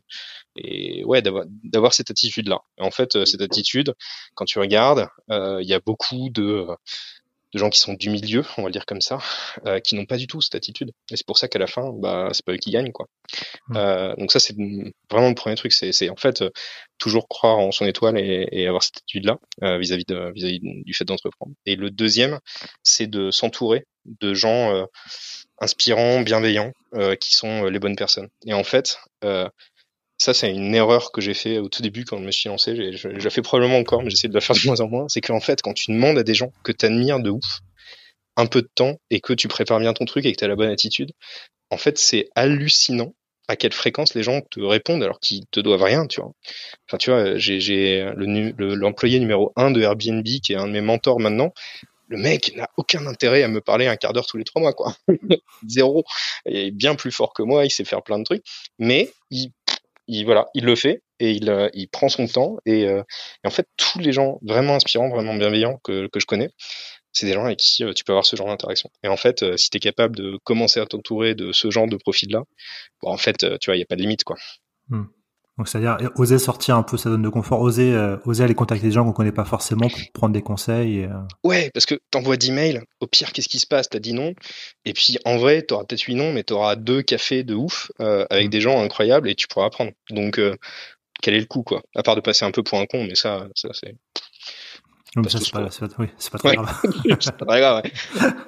Speaker 3: et ouais, d'avoir, d'avoir cette attitude-là. Et en fait, euh, cette attitude, quand tu regardes, il euh, y a beaucoup de de gens qui sont du milieu, on va le dire comme ça, euh, qui n'ont pas du tout cette attitude. Et c'est pour ça qu'à la fin, bah, c'est pas eux qui gagnent, quoi. Mmh. Euh, donc ça, c'est vraiment le premier truc. C'est, c'est en fait euh, toujours croire en son étoile et, et avoir cette attitude-là euh, vis-à-vis de, vis-à-vis du fait d'entreprendre. Et le deuxième, c'est de s'entourer de gens euh, inspirants, bienveillants, euh, qui sont les bonnes personnes. Et en fait, euh, ça, c'est une erreur que j'ai fait au tout début quand je me suis lancé. J'ai, je, je la fais probablement encore, mais j'essaie de la faire de moins en moins. C'est qu'en fait, quand tu demandes à des gens que tu admires de ouf, un peu de temps, et que tu prépares bien ton truc et que tu as la bonne attitude, en fait, c'est hallucinant à quelle fréquence les gens te répondent alors qu'ils te doivent rien, tu vois. Enfin, tu vois, j'ai, j'ai le, le, l'employé numéro un de Airbnb, qui est un de mes mentors maintenant. Le mec n'a aucun intérêt à me parler un quart d'heure tous les trois mois, quoi. Zéro. Il est bien plus fort que moi, il sait faire plein de trucs, mais il Il, voilà, il le fait et il, euh, il prend son temps et, euh, et en fait tous les gens vraiment inspirants, vraiment bienveillants que, que je connais, c'est des gens avec qui euh, tu peux avoir ce genre d'interaction. Et en fait, euh, si tu es capable de commencer à t'entourer de ce genre de profil-là, bon, en fait, euh, tu vois, il n'y a pas de limite, quoi.
Speaker 4: Mmh. Donc c'est-à-dire oser sortir un peu sa zone de confort, oser euh, oser aller contacter des gens qu'on connaît pas forcément pour prendre des conseils. Et, euh...
Speaker 3: Ouais, parce que t'envoies dix mails, au pire, qu'est-ce qui se passe? T'as dit non, et puis en vrai, t'auras peut-être huit noms, mais t'auras deux cafés de ouf euh, avec mmh. des gens incroyables et tu pourras apprendre. Donc, euh, quel est le coup, quoi? À part de passer un peu pour un con, mais ça, ça c'est.
Speaker 4: Non, mais ça, c'est pas, c'est pas, oui, c'est pas très
Speaker 3: ouais.
Speaker 4: grave.
Speaker 3: C'est pas très grave, ouais.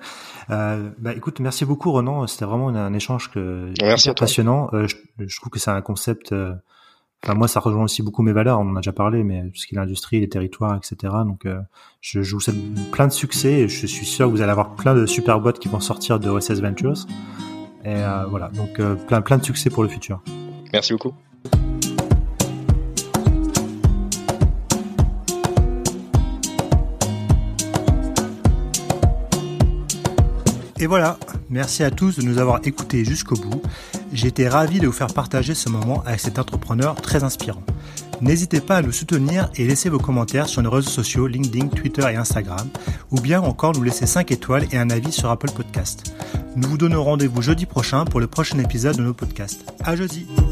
Speaker 4: Euh, bah écoute, merci beaucoup Renan, c'était vraiment un, un échange que
Speaker 3: merci
Speaker 4: hyper passionnant. Euh, je, je trouve que c'est un concept. Euh, Enfin, moi, ça rejoint aussi beaucoup mes valeurs. On en a déjà parlé, mais tout ce qui est l'industrie, les territoires, et cetera. Donc, euh, je, je vous souhaite plein de succès. Et je suis sûr que vous allez avoir plein de super boîtes qui vont sortir de O S S Ventures. Et euh, voilà, donc euh, plein, plein de succès pour le futur.
Speaker 3: Merci beaucoup.
Speaker 4: Et voilà, merci à tous de nous avoir écoutés jusqu'au bout. J'ai été ravi de vous faire partager ce moment avec cet entrepreneur très inspirant. N'hésitez pas à nous soutenir et laisser vos commentaires sur nos réseaux sociaux LinkedIn, Twitter et Instagram, ou bien encore nous laisser cinq étoiles et un avis sur Apple Podcast. Nous vous donnons rendez-vous jeudi prochain pour le prochain épisode de nos podcasts. À jeudi!